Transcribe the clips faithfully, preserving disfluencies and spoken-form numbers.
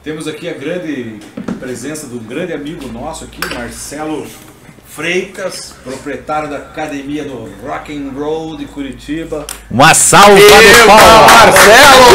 Temos aqui a grande presença de um grande amigo nosso aqui, Marcelo Freitas, proprietário da academia do Rock and Roll de Curitiba. Uma salva de palmas, Marcelo!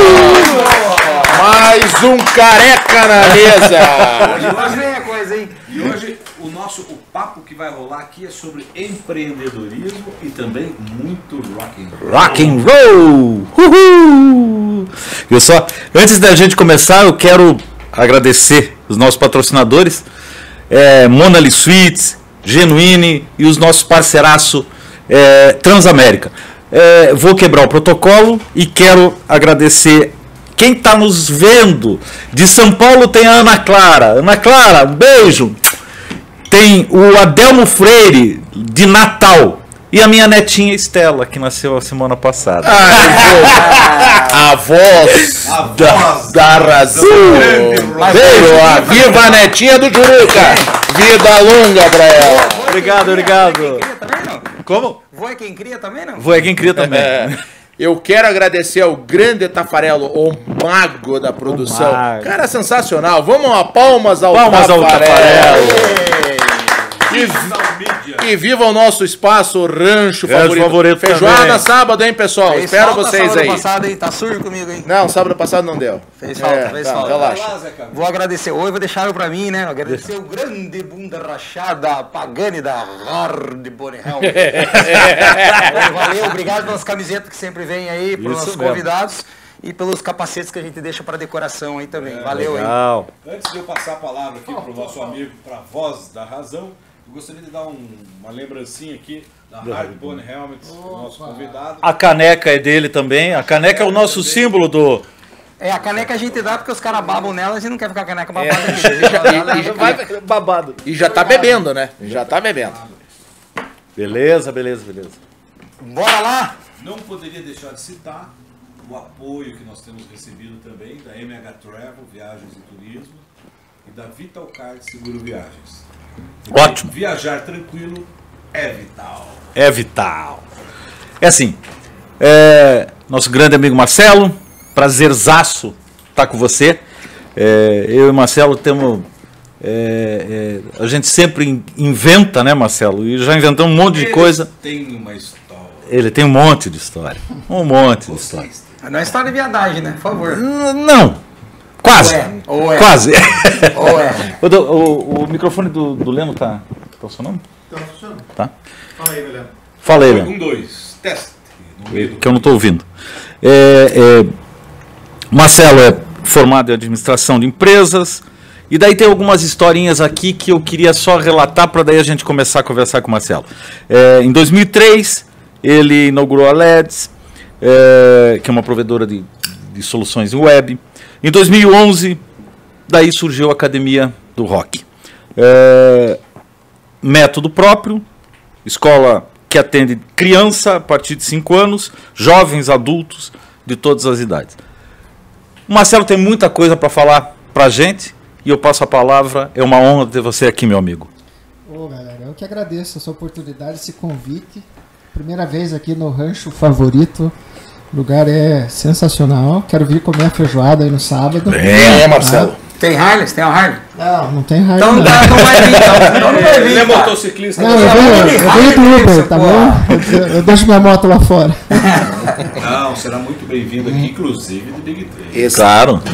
Uhul. Mais um careca na mesa! E hoje vem a coisa, hein? E hoje o nosso o papo que vai rolar aqui é sobre empreendedorismo e também muito rock and roll. Rock and roll! Uhul. Eu só, antes da gente começar, eu quero agradecer os nossos patrocinadores, é, Monali Suites, Genuine e os nossos parceiraços é, Transamérica. É, vou quebrar o protocolo e quero agradecer quem está nos vendo. De São Paulo tem a Ana Clara. Ana Clara, um beijo. Tem o Adelmo Freire, de Natal. E a minha netinha Estela, que nasceu a semana passada. Ah, a voz, a da, voz da razão. Veio a viva a netinha do Juruca. Vida longa pra ela. Obrigado, obrigado. Voa é quem cria também, não? Como? Voa é quem cria também, não? Vou é quem cria também. É, eu quero agradecer ao grande Tafarello, o mago da produção. O mago. Cara sensacional. Vamos a palmas ao Palmas ao Tafarello. Tafarello. E, e viva o nosso espaço Rancho, Rancho Favorito. Favorito Feijoada também. sábado, hein, pessoal? Fez Espero falta vocês sábado aí. passado, hein? Tá sujo comigo, hein? Não, sábado passado não deu. Fez falta, É, fez tá, falta. relaxa. Vou agradecer hoje, vou deixar pra mim, né? Agradecer o grande bunda rachada Pagani da Hard Bonnie Helmet. Valeu, obrigado pelas camisetas que sempre vêm aí, pelos Isso nossos mesmo. convidados e pelos capacetes que a gente deixa para decoração aí também. É, Valeu, hein? Legal. Antes de eu passar a palavra aqui para o nosso amigo, para a voz da razão, eu gostaria de dar um, uma lembrancinha aqui da Hard Bonnie Helmet, do nosso convidado. A caneca é dele também. A caneca é o nosso símbolo do... É, a caneca a gente dá porque os caras babam nela, a gente não quer ficar com a caneca babada É. aqui. A gente já dá, ela E- já e- vai- babado. E já tá bebendo, né? Já tá bebendo. Beleza, beleza, beleza. Bora lá! Não poderia deixar de citar o apoio que nós temos recebido também da M H Travel, Viagens e Turismo, e da Vital Card Seguro Viagens. Porque Ótimo. Viajar tranquilo é vital. É vital. É assim, é, nosso grande amigo Marcelo, prazerzaço estar com você. É, eu e o Marcelo temos... é, é, a gente sempre in- inventa, né, Marcelo? E já inventamos um monte de Eles coisa. Tem uma história. Ele tem um monte de história. Um monte de história. Vocês têm. Não é história de viadagem, né? Por favor. N- Não. Quase. Ou é, ou é. Quase. Ou é. o, do- o- o microfone do, do Leno tá, tá funcionando? Tá funcionando. Tá. Fala aí, Belém. Fala aí, Leno. Um, dois, teste. No meio do Que eu não estou ouvindo. É, é, Marcelo é formado em administração de empresas. E daí tem algumas historinhas aqui que eu queria só relatar para daí a gente começar a conversar com o Marcelo. É, em dois mil e três, ele inaugurou a L E D S, é, que é uma provedora de, de soluções em web. Em dois mil e onze, daí surgiu a Academia do Rock. É, método próprio, escola que atende criança a partir de cinco anos, jovens, adultos, de todas as idades. O Marcelo tem muita coisa para falar para a gente e eu passo a palavra. É uma honra ter você aqui, meu amigo. Ô, galera, eu que agradeço essa oportunidade, esse convite. Primeira vez aqui no Rancho Favorito. O lugar é sensacional. Quero vir comer a feijoada aí no sábado. É, Marcelo. Tem Harley? Tem uma Harley? Não, não tem raiva. Então não, dá, não vai vir, então. Então não vai vir. Ele é cara. motociclista. Não, né? eu Só venho, vamos de eu raiva venho do nisso, Uber, tá pô. bom? Eu, eu deixo minha moto lá fora. Não, será muito bem-vindo aqui, inclusive do Big três. Esse, Claro.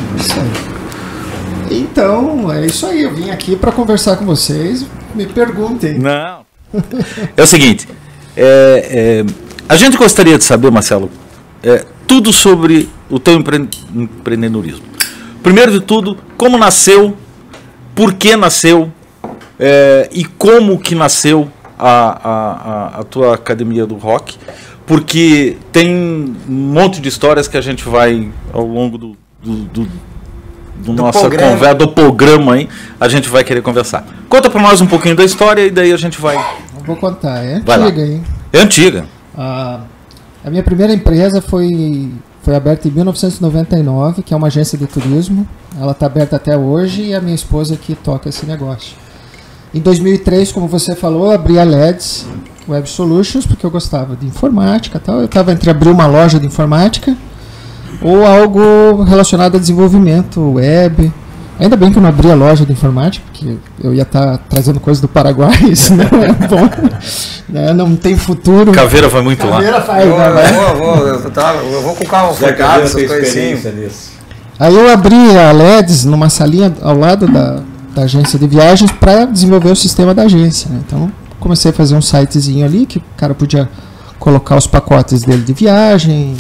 Então, é isso aí. Eu vim aqui para conversar com vocês. Me perguntem. Não. É o seguinte, é, é, a gente gostaria de saber, Marcelo, é, tudo sobre o teu empre- empreendedorismo. Primeiro de tudo, como nasceu, por que nasceu é, e como que nasceu a, a, a, a tua Academia do Rock, porque tem um monte de histórias que a gente vai, ao longo do, do, do, do, Do nossa programa. conversa, do programa aí, a gente vai querer conversar. Conta para nós um pouquinho da história e daí a gente vai... Eu vou contar. É Vai lá. antiga, hein? É antiga. A, a minha primeira empresa foi, foi aberta em mil novecentos e noventa e nove, que é uma agência de turismo. Ela está aberta até hoje e a minha esposa que toca esse negócio. Em dois mil e três, como você falou, abri a L E D S Web Solutions, porque eu gostava de informática e tal. Eu estava entre abrir uma loja de informática ou algo relacionado a desenvolvimento web, Ainda bem que eu não abri a loja de informática, porque eu ia estar trazendo coisa do Paraguai, isso não é bom, né? Não tem futuro. Caveira vai muito Caveira lá. faz, Eu, né? eu, vou, eu, vou, eu, tá, eu vou com o carro Zé focado, Caveira essas tem coisas experiência assim. nisso. Aí eu abri a L E Ds numa salinha ao lado da, da agência de viagens para desenvolver o sistema da agência, né? Então comecei a fazer um sitezinho ali que o cara podia colocar os pacotes dele de viagem,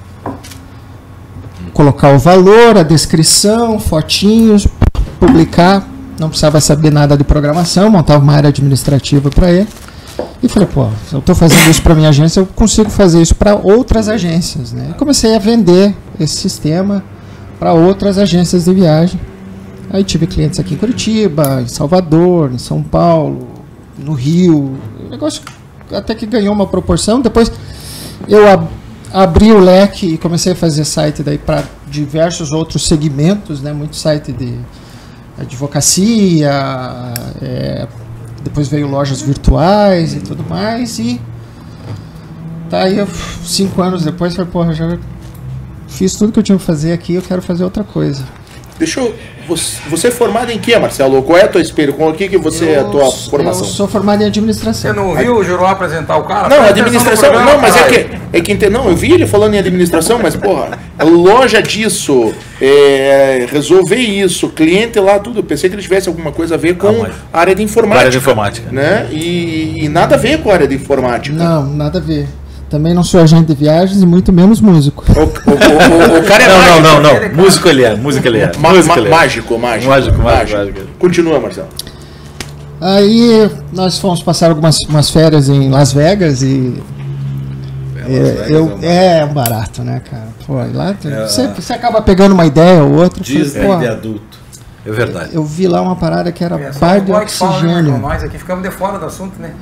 colocar o valor, a descrição, fotinhos, publicar. Não precisava saber nada de programação, montava uma área administrativa para ele. E falei, pô, se eu estou fazendo isso para minha agência, eu consigo fazer isso para outras agências, né? E comecei a vender esse sistema para outras agências de viagem. Aí tive clientes aqui em Curitiba, em Salvador, em São Paulo, no Rio. O negócio até que ganhou uma proporção. Depois eu ab abri o leque e comecei a fazer site daí para diversos outros segmentos, né? Muito site de advocacia, é, depois veio lojas virtuais e tudo mais. E tá aí, eu, cinco anos depois, falei, porra, já fiz tudo que eu tinha que fazer aqui, eu quero fazer outra coisa. Deixa eu... Você, você é formado em que, Marcelo? Qual é a tua experiência? Com o que, que você é a tua formação? Eu sou formado em administração. Você não ouviu o Juruá apresentar o cara? Não, Presta administração, atenção no programa, não, mas é caralho. que, é que ente- não, eu vi ele falando em administração, mas porra, loja disso, é, resolver isso, cliente lá, tudo, eu pensei que ele tivesse alguma coisa a ver com Ah, mas- a área de informática. Área de informática. Né? E, e nada a ver com a área de informática. Não, nada a ver. Também não sou agente de viagens e muito menos músico. O, o- o- o- o cara é Não, mágico. não, não, não. Músico ele é, músico ele é. Ma- Músico ma- ele é. mágico, mágico, Mágico, mágico, mágico. Continua, Marcelo. Aí nós fomos passar algumas umas férias em Las Vegas e Las é, Vegas eu, é um barato. é um barato, né, cara? Pô, e lá tem- É, você, você acaba pegando uma ideia ou outra. eu falei, Disney pô, de adulto. É verdade. eu vi lá uma parada que era É, só bar o de boy que fala, né, oxigênio. irmão? Nós aqui ficamos de fora do assunto, né?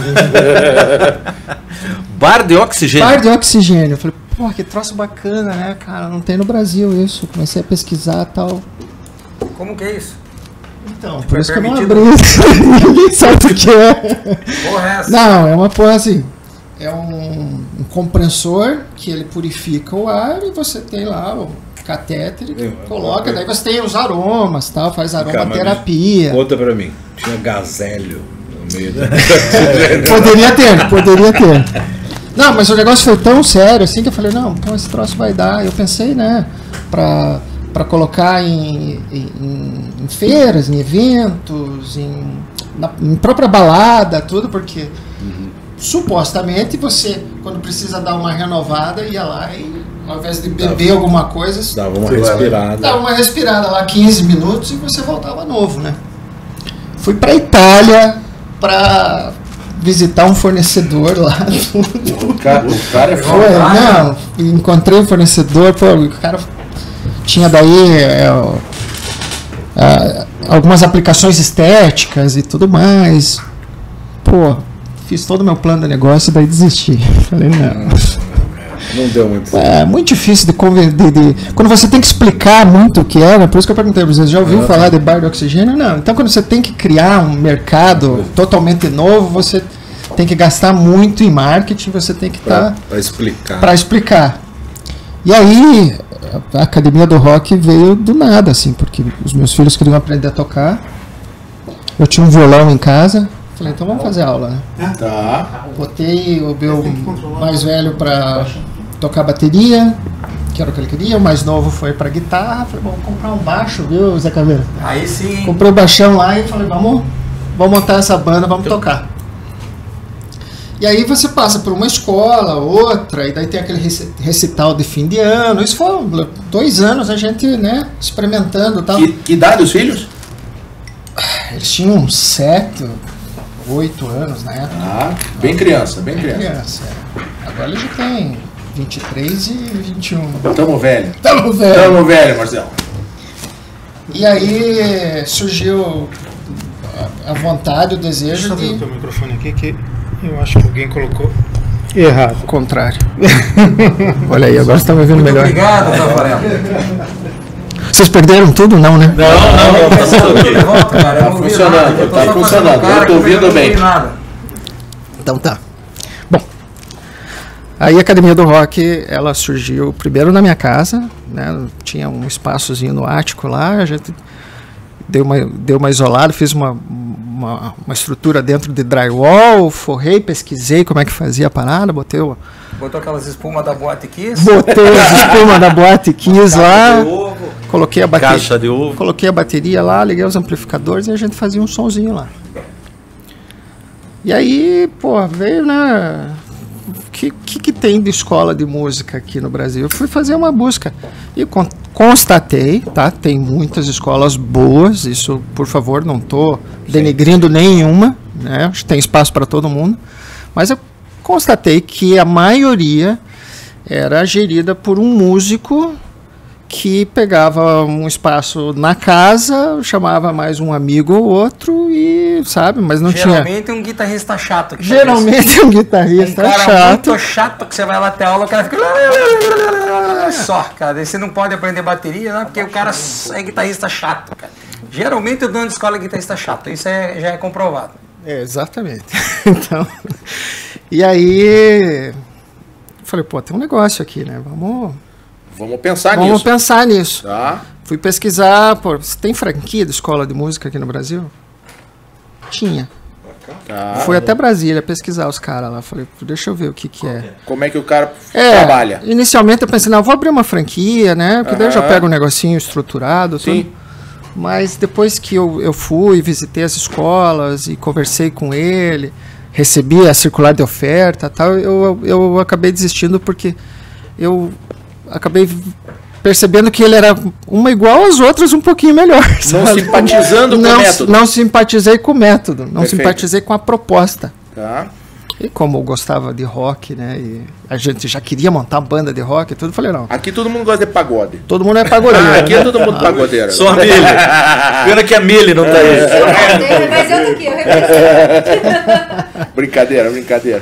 Bar de oxigênio. Bar de oxigênio. Eu falei, pô, que troço bacana, né, cara? Não tem no Brasil isso. Comecei a pesquisar e tal. Como que é isso? Então, por Foi isso que eu não permitido? abri isso. Ninguém sabe o que é. Porra, é essa? Não, é uma porra assim. É um, um compressor que ele purifica o ar e você tem lá o catéter que Eu- coloca, eu- daí você tem os aromas, tal, faz Calma, aromaterapia. Conta pra mim. Tinha gazélio no meio da... Poderia ter, poderia ter. Não, mas o negócio foi tão sério assim que eu falei, não, então esse troço vai dar. Eu pensei, né, pra, pra colocar em, em, em feiras, em eventos, em, na, em própria balada, tudo, porque supostamente você, quando precisa dar uma renovada, ia lá e ao invés de beber alguma coisa, Dava uma Você vai lá. respirada. dava uma respirada lá, quinze minutos, e você voltava novo, né? Fui pra Itália pra visitar um fornecedor lá. O cara, o cara é Foi, foda. não, encontrei um fornecedor, pô, o cara tinha daí é, ó, ah, algumas aplicações estéticas e tudo mais. Pô, fiz todo o meu plano de negócio e daí desisti. Falei, não. Não deu muito. É muito difícil de converter. De, quando você tem que explicar muito o que era, por isso que eu perguntei para vocês, já ouviu Ah, falar de bar de oxigênio? Não. Então, quando você tem que criar um mercado totalmente novo, você tem que gastar muito em marketing, você tem que Pra, estar pra explicar. para explicar. E aí, a Academia do Rock veio do nada, assim, porque os meus filhos queriam aprender a tocar. Eu tinha um violão em casa. Falei, então vamos fazer aula, né? Tá. Botei o meu mais velho para tocar bateria, que era o que ele queria. O mais novo foi para guitarra. Falei, vamos comprar um baixo, viu, Zé Caveira? Aí sim. Comprei o baixão lá e falei, vamos, vamos montar essa banda, vamos tocar. E aí você passa por uma escola, outra, e daí tem aquele reci- recital de fim de ano. Isso foi dois anos a gente, né, experimentando e tal. Que, que idade os filhos? Eles tinham uns sete, oito anos na época. Ah, bem criança, bem criança. Criança. é. Agora ele já tem vinte e três e vinte e um. Tamo velho. Tamo velho. Tamo velho, Marcelo. E aí surgiu a, a vontade, o desejo Deixa eu de. ver o teu microfone aqui que eu acho que alguém colocou errado. O contrário. Olha aí, agora você tá me ouvindo Muito melhor. obrigado, Tafarel. Vocês perderam tudo, não, né? Não, não, não, tá tudo ok. Volta, cara, eu Tá não ouvi funcionando, nada, eu tô tá só fazendo funcionando, cara eu tô que ouvindo não ouvi bem. nada. Então tá. Bom, aí a Academia do Rock, ela surgiu primeiro na minha casa, né? Tinha um espaçozinho no ático lá, a gente dei uma, dei uma isolada, fiz uma, uma, uma estrutura dentro de drywall, forrei, pesquisei como é que fazia a parada, botei o... Botou aquelas espumas da Boate Kiss. Botei as espumas da Boate Kiss lá, coloquei a bateria, Caixa de ovo. coloquei a bateria lá, liguei os amplificadores e a gente fazia um sonzinho lá. E aí, pô, veio, né? O que, que, que tem de escola de música aqui no Brasil? Eu fui fazer uma busca e con constatei, tá? Tem muitas escolas boas, isso, por favor, não estou denegrindo nenhuma, né? Acho que tem espaço para todo mundo, mas eu constatei que a maioria era gerida por um músico que pegava um espaço na casa, chamava mais um amigo ou outro e, sabe, mas não Geralmente tinha... um guitarrista chato. Que Geralmente um um guitarrista cara chato. muito chato que você vai lá até a aula, o cara fica... Só, cara. E você não pode aprender bateria, né? Porque o cara é guitarrista chato, cara. Geralmente o dono de escola é guitarrista chato. Isso é, já é comprovado. É, exatamente. Então, e aí, falei, pô, tem um negócio aqui, né? Vamos... Vamos pensar Vamos nisso. pensar nisso. Tá. Fui pesquisar, pô, você tem franquia de escola de música aqui no Brasil? Tinha. Tá. Fui até Brasília pesquisar os caras lá. Falei, deixa eu ver o que que é. Como é que o cara É, trabalha? inicialmente eu pensei, não, vou abrir uma franquia, né? Porque daí eu já Aham. pego um negocinho estruturado. Sim. Tudo. Mas depois que eu, eu fui, visitei as escolas e conversei com ele, recebi a circular de oferta e tal, eu, eu acabei desistindo porque eu acabei percebendo que ele era uma igual às outras, um pouquinho melhor. Não sabe? simpatizando com o não, método. Não simpatizei com o método, não Perfeito. simpatizei com a proposta. Tá. E como eu gostava de rock, né, e a gente já queria montar uma banda de rock e tudo, eu falei, não, Aqui todo mundo gosta de pagode. todo mundo é pagodeiro. Ah, aqui é né? todo mundo pagodeiro. Só a Mili. Pena que a Mili não tá aí. Mas eu tô aqui, eu represento. Brincadeira, brincadeira.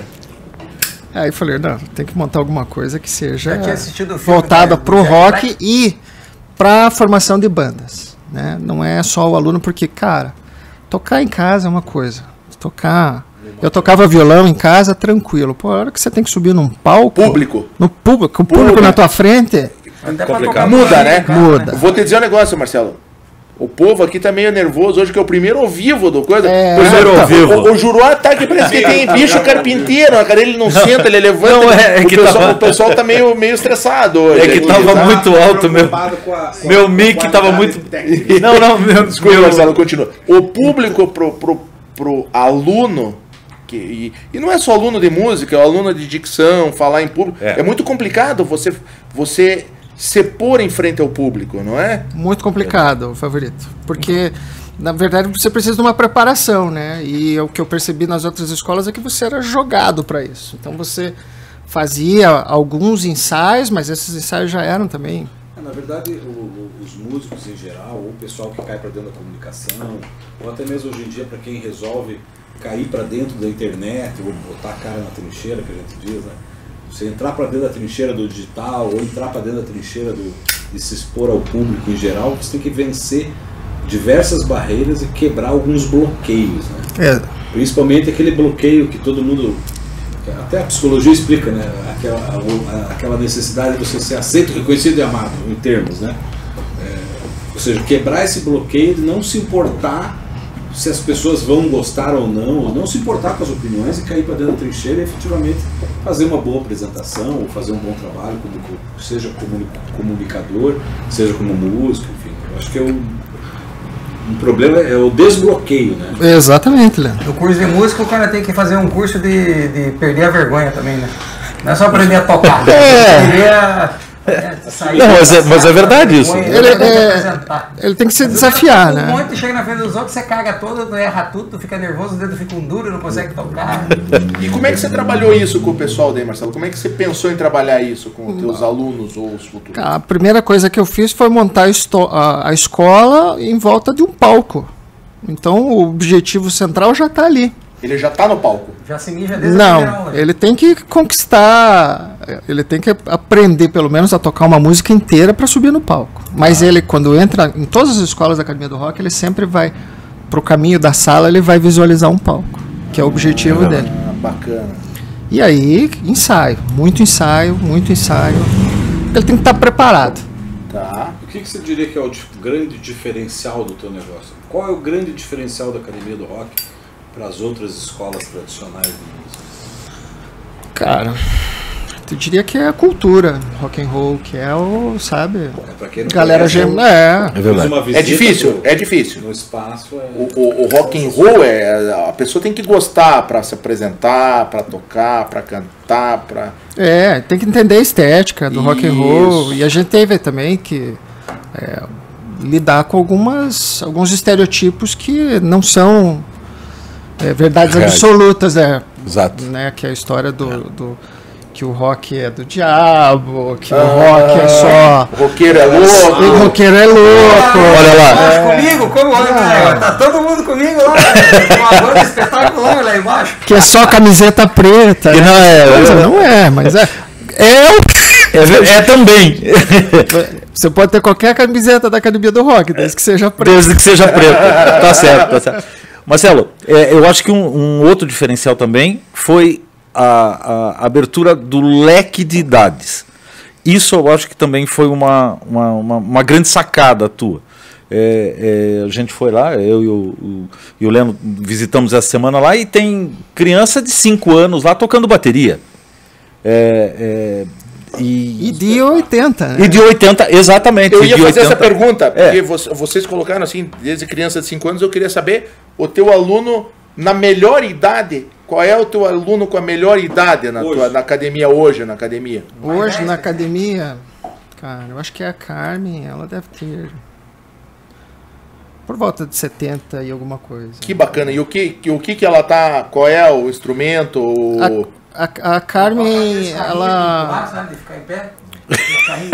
Aí eu falei, não, tem que montar alguma coisa que seja Já tinha assistido o filme voltada da- pro do Jack rock Black? e pra formação de bandas, né? Não é só o aluno, porque, cara, tocar em casa é uma coisa, tocar... Eu tocava violão em casa tranquilo. Pô, a hora que você tem que subir num palco... Público. No público, o público Público. na tua frente, Até pra Complicado. tocar Muda, música, né? cara, muda. Vou te dizer um negócio, Marcelo. O povo aqui tá meio nervoso hoje, que é o primeiro ao vivo do coisa. É. O Primeiro ao vivo. O, o Juruá tá que parece que tem bicho carpinteiro, a cara ele não senta, ele levanta. Não, é, é o, que pessoal, tava- o pessoal tá meio, meio estressado hoje. É que aqui, tava tá? muito alto, meu. Preocupado com a- com a- Meu com a mic tava qualidade muito. técnica. Não, não, meu. Desculpa, meu- Marcelo, continua. O público pro, pro, pro aluno, que, e, e não é só aluno de música, é o aluno de dicção, falar em público. É. É, muito complicado você, você se pôr em frente ao público, não é? muito complicado, favorito. Porque, na verdade, você precisa de uma preparação, né? E o que eu percebi nas outras escolas é que você era jogado para isso. Então você fazia alguns ensaios, mas esses ensaios já eram também. Na verdade, o- o- os músicos em geral, ou o pessoal que cai para dentro da comunicação, ou até mesmo hoje em dia para quem resolve cair para dentro da internet, ou botar a cara na trincheira, que a gente diz, né? Você entrar para dentro da trincheira do digital, ou entrar para dentro da trincheira do, de se expor ao público em geral, você tem que vencer diversas barreiras e quebrar alguns bloqueios, né? É, Principalmente aquele bloqueio que todo mundo, até a psicologia explica, né? Aquela, a- aquela necessidade de você ser aceito, reconhecido e amado, em termos, né? É, ou seja, quebrar esse bloqueio de não se importar se as pessoas vão gostar ou não, ou não se importar com as opiniões e cair para dentro da trincheira e efetivamente fazer uma boa apresentação, ou fazer um bom trabalho, como, seja como comunicador, seja como músico, enfim. Eu acho que é o, um problema é o desbloqueio, né? exatamente, Leandro. No curso de música, o cara tem que fazer um curso de, de perder a vergonha também, né? Não é só aprender a tocar. É. Perder a, é, sair Não, mas é- mas é verdade isso. Ele, Ele tem que é- apresentar. Ele tem que se Às vezes desafiar, o cara toca Um né? monte, chega na frente dos outros, você caga todo, tu erra tudo, tu fica nervoso, o dedo fica um duro, não consegue tocar. E como é que você trabalhou isso com o pessoal daí, Marcelo? Como é que você pensou em trabalhar isso com os teus alunos ou os futuros? A primeira coisa que eu fiz foi montar a, esto- a- a escola em volta de um palco. Então o objetivo central já está ali. Ele já tá no palco. Já se mija desde a primeira Não, aula. ele tem que conquistar, ele tem que aprender pelo menos a tocar uma música inteira para subir no palco. Mas ele, quando entra em todas as escolas da Academia do Rock, ele sempre vai pro caminho da sala, ele vai visualizar um palco, que é o objetivo dele. Ah, bacana. E aí, ensaio, muito ensaio, muito ensaio. Ele tem que estar preparado. Tá. que, que você diria que é o dif- grande diferencial do teu negócio? Qual é o grande diferencial da Academia do Rock para as outras escolas tradicionais do mundo? Cara, eu diria que é a cultura rock and roll, que é o, sabe, É, pra quem não galera conhece, gem... eu é. fiz verdade. uma visita É difícil, pro- é difícil. No espaço é... O, o, o rock and roll é a pessoa tem que gostar para se apresentar, para tocar, para cantar, para É, tem que entender a estética do rock and roll. Isso. E a gente teve também que é, lidar com algumas, alguns estereotipos que não são é, verdades Reais. absolutas, é, Exato. né? Que é a história do, do que o rock é do diabo, que o Ah, rock é só o roqueiro é louco. o roqueiro é louco. Olha lá. Mas comigo, como olha, tá todo mundo comigo lá, uma banda espetacular lá embaixo. Que é só camiseta preta. Que né? não é- Mas não é, mas é. É o É, ver- é também. Você pode ter qualquer camiseta da Academia do Rock, desde que seja preta. Desde que seja preto. Tá certo, tá certo. Marcelo, é, eu acho que um, um outro diferencial também foi a, a abertura do leque de idades. Isso eu acho que também foi uma, uma, uma, uma grande sacada tua. É, é, a gente foi lá, eu e o, o, e o Leno visitamos essa semana lá e tem criança de cinco anos lá tocando bateria. É, é, e, E de oitenta, né? e de oitenta, exatamente. Eu e ia de fazer essa oitenta. pergunta, É. porque vo- vocês colocaram assim, desde criança de cinco anos, eu queria saber o teu aluno na melhor idade. Qual é o teu aluno com a melhor idade na, Hoje. tua, na academia hoje, na academia? Hoje na academia, cara, eu acho que é a Carmen, ela deve ter por volta de setenta e alguma coisa. Que bacana. E o que, que- o que que ela tá, qual é o instrumento? o- A, a, a Carmen, ela. Sabe, de ficar em pé? De ficar rindo.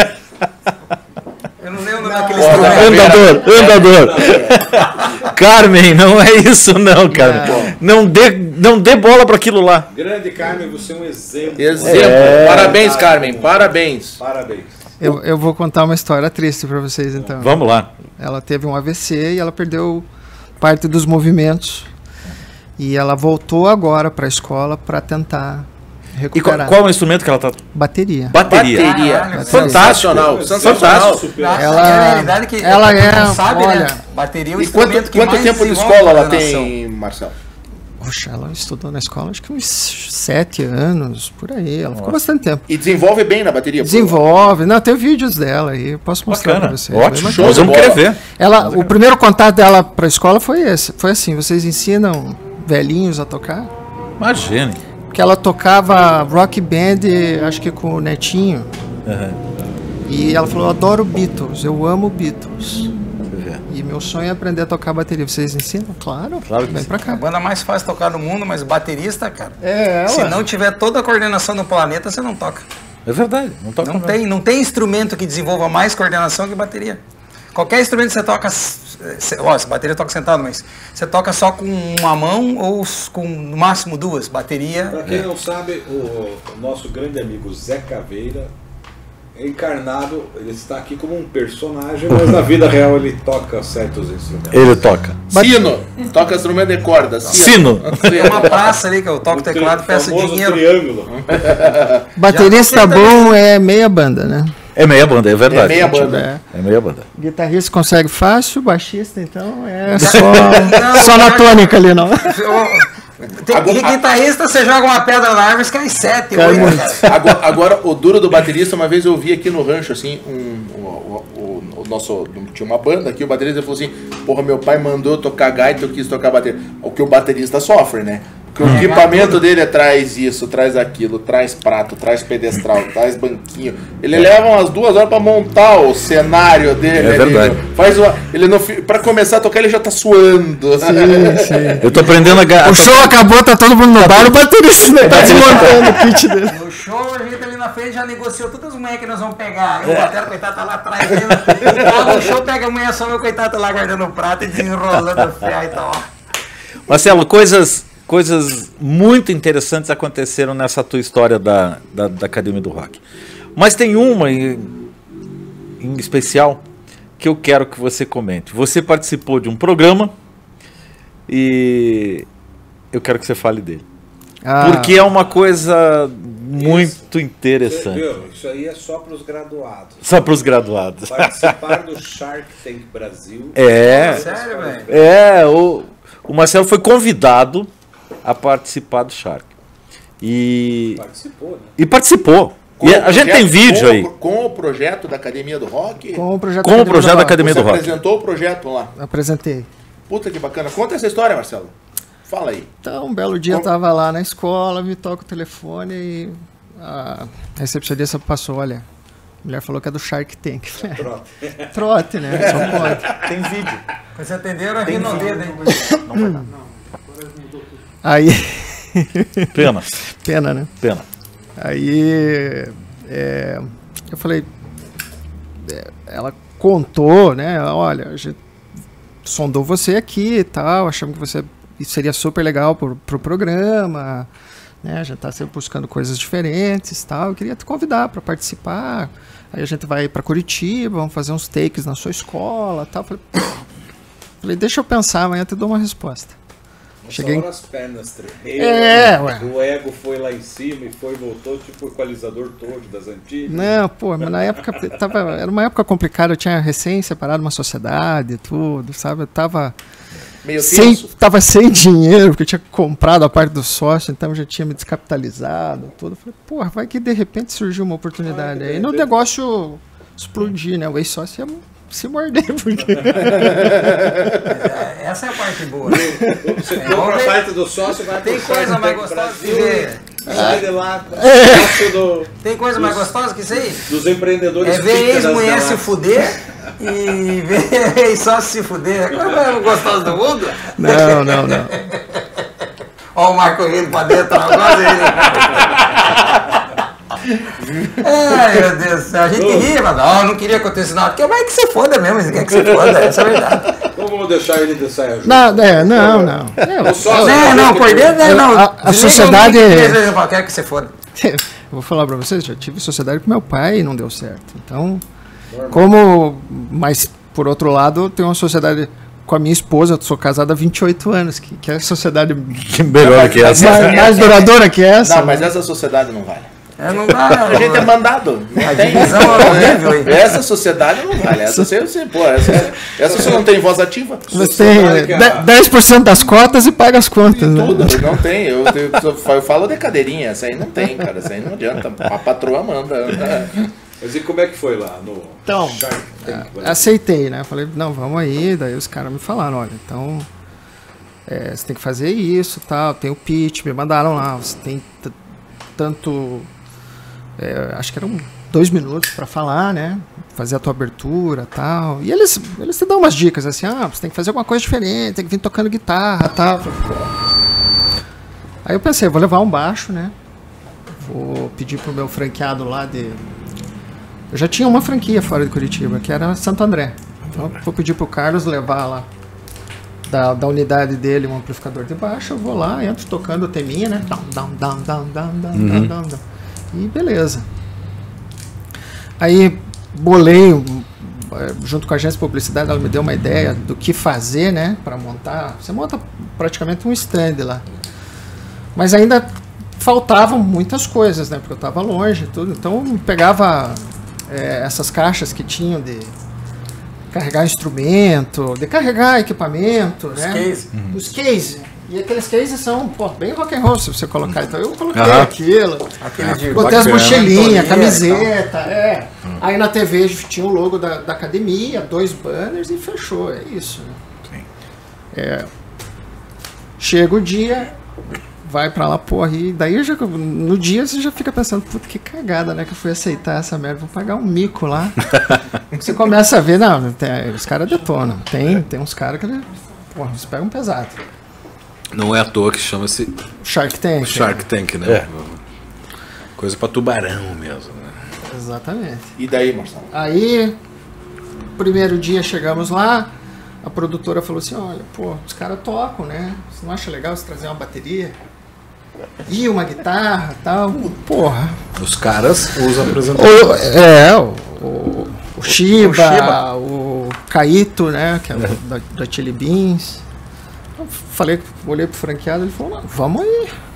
Eu não lembro daquele Ó, tá instrumento. Andador, andador. Carmen, não é isso não, Carmen. Não dê, não dê bola para aquilo lá. Grande Carmen, você é um exemplo. Exemplo. É. Parabéns, Carmen. Parabéns. Parabéns. Eu, eu vou contar uma história triste pra vocês então. Vamos lá. Ela teve um A V C e ela perdeu parte dos movimentos. E ela voltou agora pra escola pra tentar E qual, recuperar. qual é o instrumento que ela tá? Bateria. Bateria. Bateria. Caralho, Sensacional. Sensacional. Nossa, Ela- é a realidade que ela pra quem é, não sabe, olha, né? Bateria é o E quanto, instrumento que quanto mais tempo de desenvolve escola ela coordenação. tem, Marcelo? Poxa, ela estudou na escola acho que uns sete anos, por aí. Ela ficou bastante tempo. E desenvolve bem na bateria? pô? Desenvolve. Não, tem vídeos dela aí. Eu posso mostrar Bacana. pra vocês. Ótimo. Bem Show Nós de vamos bola. querer ver. Ela, o primeiro contato dela para a escola foi esse. Foi assim, vocês ensinam velhinhos a tocar? Imagine. Porque ela tocava rock band, acho que com o Netinho. E ela falou, eu adoro Beatles, eu amo Beatles. E meu sonho é aprender a tocar bateria. Vocês ensinam? Claro. Claro que Vem sim. pra A cá. banda mais fácil de tocar no mundo, mas baterista, cara. É, Se não tiver toda a coordenação do planeta, você não toca. É verdade. Não toca Não mesmo. tem, não tem instrumento que desenvolva mais coordenação que bateria. Qualquer instrumento que você toca, você, ó, essa bateria toca sentado, mas você toca só com uma mão ou s- com no máximo duas. Bateria. Para quem não sabe, o, o nosso grande amigo Zé Caveira é encarnado, ele está aqui como um personagem, mas na vida real ele toca certos instrumentos. Ele toca. Sino. Toca instrumento de corda. Sino. Tem uma praça ali que eu toco O tri- teclado e peço famoso dinheiro. triângulo. Baterista Já toquei bom é meia banda, né? É meia banda, é verdade. É meia banda. É. É meia banda. Guitarrista consegue fácil, baixista então é Já- só, Não, só na já- tônica ali, não. Tem Agora- guitarrista, você joga uma pedra na árvore, cai sete, Cai oito, muito. cara. Agora, agora, o duro do baterista, uma vez eu vi aqui no rancho, assim, um, o, o- o nosso, tinha uma banda aqui, o baterista falou assim, porra, meu pai mandou eu tocar gaita, eu quis tocar bateria. O que o baterista sofre, né? Porque o equipamento dele é, traz isso, traz aquilo, traz prato, traz pedestral, traz banquinho. Ele leva umas duas horas pra montar o cenário dele. É ali. verdade. Faz uma, ele não, fi- pra começar a tocar, ele já tá suando. Sim, sim. Eu tô aprendendo a ga- O show acabou, tá todo mundo no bar, o baterista ainda tá desmontando o kit dele. No show, a gente ali na frente já negociou todas as mulheres que nós vamos pegar. Eu, o batera, coitado, tá lá atrás. Ele, tá no show, pega a mulher só, meu coitado tá lá guardando o prato e desenrolando o ferro e tal. Marcelo, coisas, coisas muito interessantes aconteceram nessa tua história da, da, da Academia do Rock. Mas tem uma em, em especial que eu quero que você comente. Você participou de um programa e eu quero que você fale dele. Ah, Porque é uma coisa muito Você interessante. viu? Isso aí é só para os graduados. Só para os graduados. Participar do Shark Tank Brasil. É, Sério, velho? é o, o Marcelo foi convidado a participar do Shark. E, Participou, né? e participou. Com E o a gente projeto- tem vídeo com o aí. pro- Com o projeto da Academia do Rock? Com o projeto, Com o projeto da Rock. Academia Você do Rock. apresentou o projeto lá. Apresentei. Puta que bacana. Conta essa história, Marcelo. Fala aí. Então, um belo dia eu tava lá na escola, me toca o telefone e a recepcionista passou, olha, a mulher falou que é do Shark Tank. Pronto. Trote, né? Só pode. Tem vídeo. Vocês atenderam aqui no dedo, hein? Aí, Pena, pena, né? pena. Aí, é, eu falei, é, ela contou, né? Olha, a gente sondou você aqui e tal, achamos que você isso seria super legal pro, pro programa, né? A gente tá sempre buscando coisas diferentes e tal. Eu queria te convidar para participar. Aí a gente vai para Curitiba, vamos fazer uns takes na sua escola e tal. Falei, falei, deixa eu pensar, amanhã eu te dou uma resposta. Cheguei em- Cheguei... as pernas tremeram. É, ué. O ego foi lá em cima e foi e voltou, tipo o equalizador todo das antigas. Não, pô, mas na época tava, era uma época complicada, eu tinha recém separado uma sociedade e tudo, sabe? Eu tava Meio sem, tenso. tava sem dinheiro, porque eu tinha comprado a parte do sócio, então eu já tinha me descapitalizado, tudo. Eu falei, porra, vai que de repente surgiu uma oportunidade. Ah, que Aí de no repente- negócio explodir, né? O ex-sócio ia se morder, porque... É, essa é a parte boa. Né? Você É, compra vamos a ver. parte do sócio, vai Tem pro coisa Shark mais Tank gostosa de Brasil, ver. sai de lá, É. sócio do, Tem coisa mais gostosa que isso aí? dos empreendedores. É ver pica das ex-mulher se galáxias. fuder e ver ex-sócio se fuder. Qual é o gostoso do mundo? Não, não, não. Ó o Marco vindo pra dentro agora. Ai, meu Deus do céu. A gente ria, mas não, não queria acontecer nada. Porque vai que você foda mesmo, eles querem que você foda, essa é a verdade. Então vamos deixar ele de saia justa. Não, é, não, não. O sócio- Não, não, por dentro, né, não. A- a Desliga sociedade- o mic, às vezes eu falo, quero que você foda. Eu vou falar pra vocês, já tive sociedade com meu pai e não deu certo. Então, como... Mas, por outro lado, eu tenho uma sociedade com a minha esposa, eu sou casado há vinte e oito anos, que, que é a sociedade Que melhor que essa. mais, mais duradoura que essa. Não, mas essa sociedade não vale. É, não dá. A gente é mandado. Não A tem. divisão é horrível aí. Essa sociedade não vale. Essa você, você, pô, essa, essa você não tem voz ativa. Você tem Sociedade que é a- de- dez por cento das cotas e paga as contas, né? Tudo, não tem. Eu, eu, eu falo de cadeirinha, essa aí não tem, cara. Essa aí não adianta. A patroa manda. Mas e como é que foi lá no Então, Shark Tank Brasil? Aceitei, né? Falei, não, vamos aí. Daí os caras me falaram, olha, então é, você tem que fazer isso, tal. Tem o pitch, me mandaram lá. Você tem t- tanto, é, acho que eram dois minutos para falar, né? Fazer a tua abertura, tal. E eles, eles te dão umas dicas assim, ah, você tem que fazer alguma coisa diferente, tem que vir tocando guitarra, tal. Aí eu pensei, vou levar um baixo, né? Vou pedir pro meu franqueado lá de eu já tinha uma franquia fora de Curitiba, que era Santo André. Então, eu vou pedir pro Carlos levar lá da, da unidade dele um amplificador de baixo. Eu vou lá, entro tocando o teminha, né? Dam, dam, dam, dam, dam, dam, dam, dam, dam. E beleza. Aí bolei, um, eh, junto com a agência de publicidade, ela me deu uma ideia do que fazer, né? Para montar. Você monta praticamente um stand lá. Mas ainda faltavam muitas coisas, né? Porque eu estava longe e tudo. Então eu pegava é, essas caixas que tinham de carregar instrumento, de carregar equipamento, Os né? case. Os cases. E aqueles cases são, pô, bem rock and roll se você colocar. Então eu coloquei Aham. aquilo. Aquele de Botei as bacana. mochilinhas, Cantoneira, camiseta, é. Aí na T V tinha o logo da, da academia, dois banners e fechou. É isso. Né? É. Chega o dia, vai pra lá, porra, e daí já, no dia você já fica pensando, puta, que cagada, né, que eu fui aceitar essa merda, vou pagar um mico lá. Você começa a ver, não, tem, os caras detonam. Tem, tem uns caras que, porra, eles pegam pesado. Não é à toa que chama-se Shark Tank. Shark Tank, né? É. Coisa pra tubarão mesmo, né? Exatamente. E daí, Marcelo? Aí, primeiro dia chegamos lá, a produtora falou assim, olha, pô, os caras tocam, né? Você não acha legal você trazer uma bateria? E uma guitarra e tal? Porra. Os caras, os apresentadores. O, é, o, o, o Shiba, O Shiba. o Caíto, né? Que é o da, da Chili Beans. Eu falei, olhei pro franqueado, ele falou, não, vamos aí.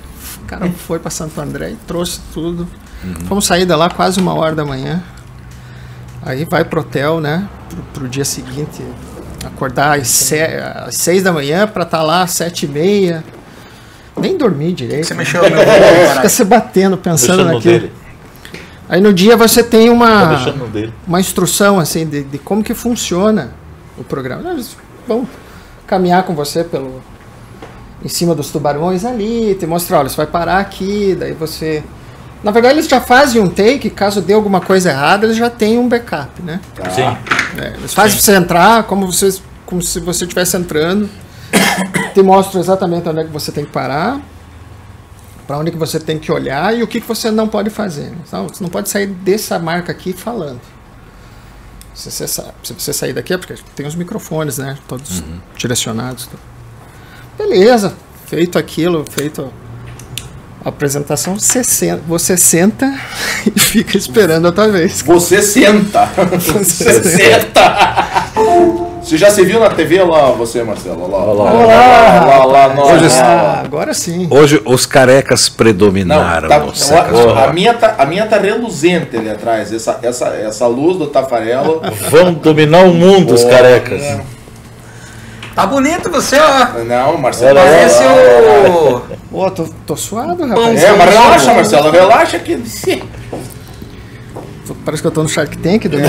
cara foi para Santo André e trouxe tudo. Uhum. Fomos sair de lá quase uma hora da manhã. Aí vai pro hotel, né? Pro, pro dia seguinte, acordar às, se, às seis da manhã para estar tá lá às sete e meia. Nem dormir direito. Você né? mexeu no meu caralho. Fica se batendo, pensando Deixando naquilo. dele. Aí no dia você tem Tá uma, deixando no dele. uma instrução assim de, de como que funciona o programa. Eles vão caminhar com você pelo em cima dos tubarões ali, te mostrar, olha, você vai parar aqui, daí você... Na verdade eles já fazem um take, caso dê alguma coisa errada, eles já têm um backup, né? Sim. É, eles fazem você entrar como, você, como se você estivesse entrando, te mostram exatamente onde é que você tem que parar, para onde que você tem que olhar e o que, que você não pode fazer. Então, você não pode sair dessa marca aqui falando. Se você, sa- se você sair daqui é porque tem os microfones, né? Todos uhum. direcionados. Beleza, feito aquilo, feito a apresentação, você senta, você senta e fica esperando a tua vez. Você senta. Você senta. Você já se viu na T V lá, você, Marcelo? Lá, lá, lá, lá, lá, lá, Hoje, Ah, agora sim. hoje os carecas predominaram. Não, tá, no século. a, a, minha tá, a minha tá reluzente ali atrás. Essa, essa, essa luz do Tafarelo. Vão dominar o mundo, os carecas. Tá bonito você, ó. Não, Marcelo. Parece o... Ô, tô, tô suado, rapaz. É, mas relaxa, Marcelo. Relaxa que. Parece que eu tô no Shark Tank. Do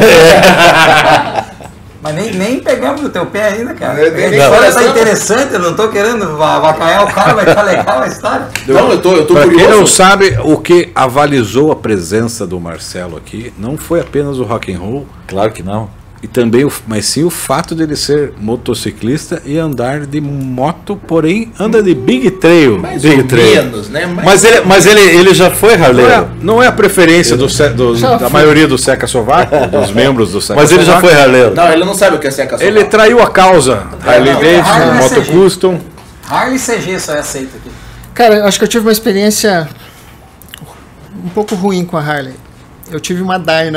Mas nem, nem pegamos no teu pé ainda, cara. Nem- nem- A nem história tá começamos. interessante, eu não tô querendo va- avacalhar o cara, vai ficar legal a história. Não, eu tô, eu tô Para quem não curioso. sabe, o que avalizou a presença do Marcelo aqui não foi apenas o rock and roll, Claro que não. e também o, mas sim o fato de ele ser motociclista e andar de moto, porém anda de Big Trail. Mais Big ou Trail. menos, né? Mas, Mas ele, mas ele, ele já foi Não é, raleiro. não é a preferência do, se- do- Já da fui. maioria do Seca Sovaco, dos membros do Seca Mas ele já Sovaco. foi raleiro. Não, ele não sabe o que é seca solar. Ele traiu a causa. Harley não, Davidson, Harley Moto C G. Custom. Harley C G só é aceito aqui. Cara, eu acho que eu tive uma experiência um pouco ruim com a Harley. Eu tive uma Dyna.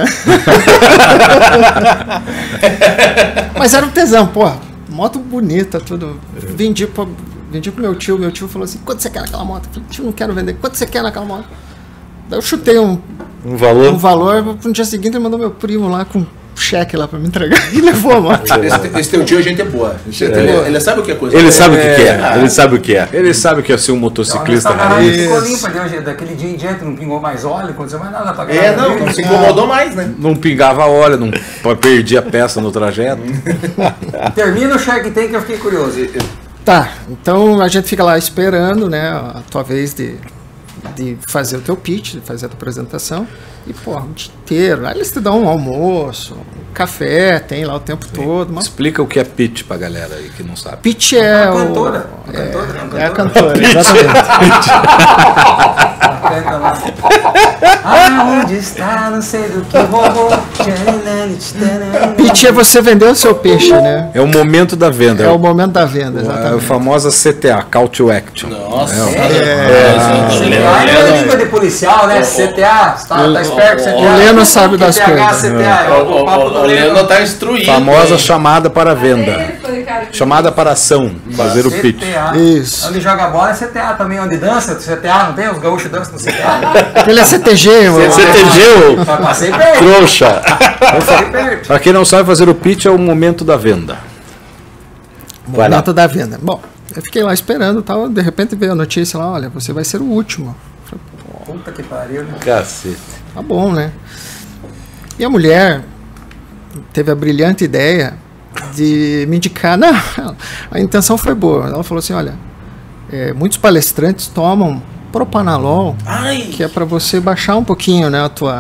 Mas era um tesão, porra. Moto bonita, tudo. Vendi, pro, vendi pro meu tio. Meu tio falou assim: quanto você quer naquela moto? Eu falei: tio, não quero vender. Quanto você quer naquela moto? Daí eu chutei um, Um valor. um valor. No dia seguinte ele mandou meu primo lá com um cheque lá pra me entregar e levou a moto. Esse, esse teu tio, a gente é boa. Ele, ele sabe o que é coisa Ele boa. sabe o que, que é. Ah. Ele sabe o que é. Ele sabe que é ser um motociclista Então, a garagem raiz. ficou limpa de hoje, daquele dia em diante, não pingou mais óleo, não aconteceu mais nada na tua garagem. É, não, não se incomodou mais, né? Não pingava óleo, não perdia peça no trajeto. Termina o Shark Tank que eu fiquei curioso. Tá, então a gente fica lá esperando, né, a tua vez de, de fazer o teu pitch, de fazer a tua apresentação. E, porra, o dia inteiro. Aí eles te dão um almoço, um café, tem lá o tempo todo. Mas Explica o que é pitch pra galera aí que não sabe. pitch é A o... cantora. A cantora, não, É a cantora. cantora, exatamente. Canta lá. Aonde está, não sei do que roubou. Pitch é você vender o seu peixe, né? É o momento da venda. É o momento da venda, É a exatamente. famosa C T A, Call to Action. Nossa. C T A é língua de policial, né? C T A, tá, tá esperto, C T A. o Leno sabe das Q T H, coisas. C T A, é O, o papo o, do o Leno. Leno tá instruído. Famosa hein? chamada para venda. Ele foi o cara que- Chamada para ação. Fazer o pitch. C T A. Isso. Onde joga bola é C T A também, onde dança, C T A, não tem? Os gaúchos dançam no C T A. Aquele é C T G, mano. C T G, ô Só passei perto, trouxa. passei perto. Para quem não sabe, fazer o pitch é o momento da venda. Vai lá. Momento da venda. Bom, eu fiquei lá esperando e tal. De repente veio a notícia lá: olha, você vai ser o último. Puta que pariu, né? Cacete. Tá bom, né? E a mulher teve a brilhante ideia de me indicar. Não, a intenção foi boa. Ela falou assim: olha, é, muitos palestrantes tomam propanolol, Ai, que é para você baixar um pouquinho, né, a tua,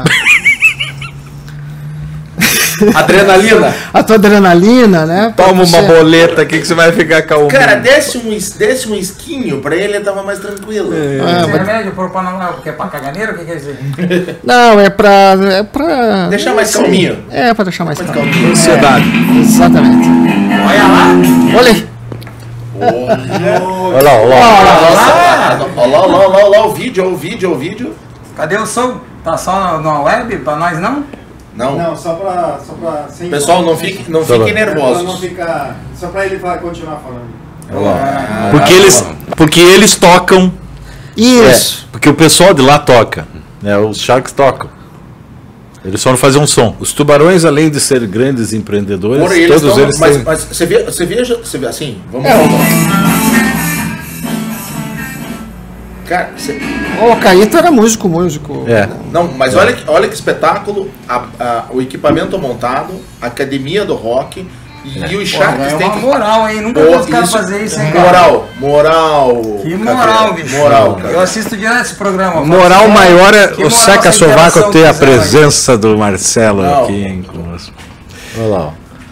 adrenalina. a tua adrenalina, né? pra Toma uma você- boleta aqui que você vai ficar calmo. Cara, desce um, es- desce um esquinho, pra ele tava mais tranquilo. Ah, Esse mas- remédio por panorama, porque é pra caganeiro, o que quer dizer? Não, é pra. É pra. Deixar mais Sim. calminho. É, pra deixar mais Mais calmo. calminho. Ansiedade. Exatamente. Olha lá! Olha aí. Olha lá, olha lá. Nossa, olha lá, olha lá, olha lá, olha lá o vídeo, olha o vídeo, olha o vídeo. Cadê o som? Tá só na web? Pra nós não? Não, Não, só pra. Só pra sem pessoal, não fiquem não fiquem Pra não nervosos. ficar. Só pra ele fa- continuar falando. Olha lá. Porque eles, porque eles tocam Isso. É, porque o pessoal de lá toca, né? Os Sharks tocam. Eles só não fazem um som. Os tubarões, além de ser grandes empreendedores, Por eles todos não, eles mas, têm... mas você vê, você veja, você vê assim, vamos É, lá. Cara, você, O Caíto era músico, músico. É. não, mas olha, que- olha que espetáculo, a- a- o equipamento montado, a academia do rock e os Sharks É tem uma que... moral, hein? Nunca Pô, vi os caras isso- fazer isso, hein, cara? Moral, moral. Que Caveira, moral, bicho. Moral, Eu cara. assisto direto esse programa. Moral Falo, maior é que o moral Seca essa Sovaco interação ter a que fizeram aí. presença do Marcelo Não. aqui, hein, conosco. Olha lá, ó.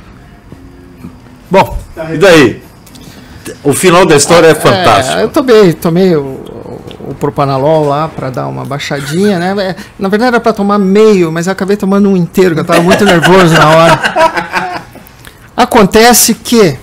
Bom, E daí? O final da história é fantástico. É, eu tomei, tomei o, o, o propanolol lá pra dar uma baixadinha, né? É, na verdade era pra tomar meio, mas eu acabei tomando um inteiro, que eu tava muito nervoso na hora. Acontece que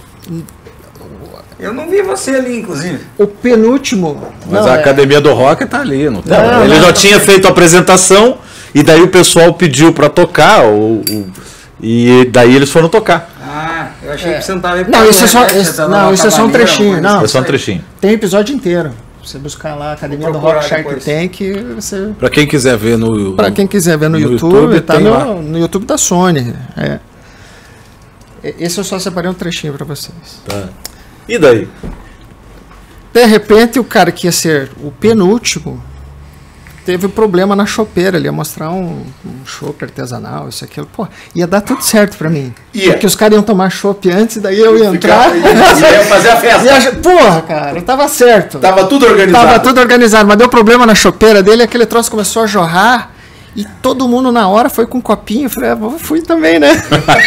Eu não vi você ali, inclusive. o penúltimo. Mas não, a é- Academia do Rock tá ali, não tá? Não, Ele não, já não, tinha feito a apresentação e daí o pessoal pediu pra tocar o, o- e daí eles foram tocar. Ah, eu achei que você não tava aí. Não, isso é só- Você esse- tá não, numa isso é só um cavaleira, trechinho, alguma não. coisa Foi só um assim. trechinho. Tem episódio inteiro. Você buscar lá a Academia Vou do procurar Rock Shark depois. Tank, você. Pra quem quiser ver no... Pra quem quiser ver no, no YouTube, YouTube, tá tem no, lá. no YouTube da Sony. É. E- Esse eu só separei um trechinho pra vocês. E daí? De repente, o cara que ia ser o penúltimo teve problema na chopeira. Ele ia mostrar um, um chopp artesanal, isso, aquilo. Pô, ia dar tudo certo pra mim. Ia. Porque os caras iam tomar chopp antes, daí eu ia entrar. Ficava- ia fazer a E festa. a gente- porra, cara, tava certo. Tava tudo organizado. Tava tudo organizado, mas deu problema na chopeira dele, aquele troço começou a jorrar. E todo mundo na hora foi com um copinho. Eu falei, ah, eu fui também, né?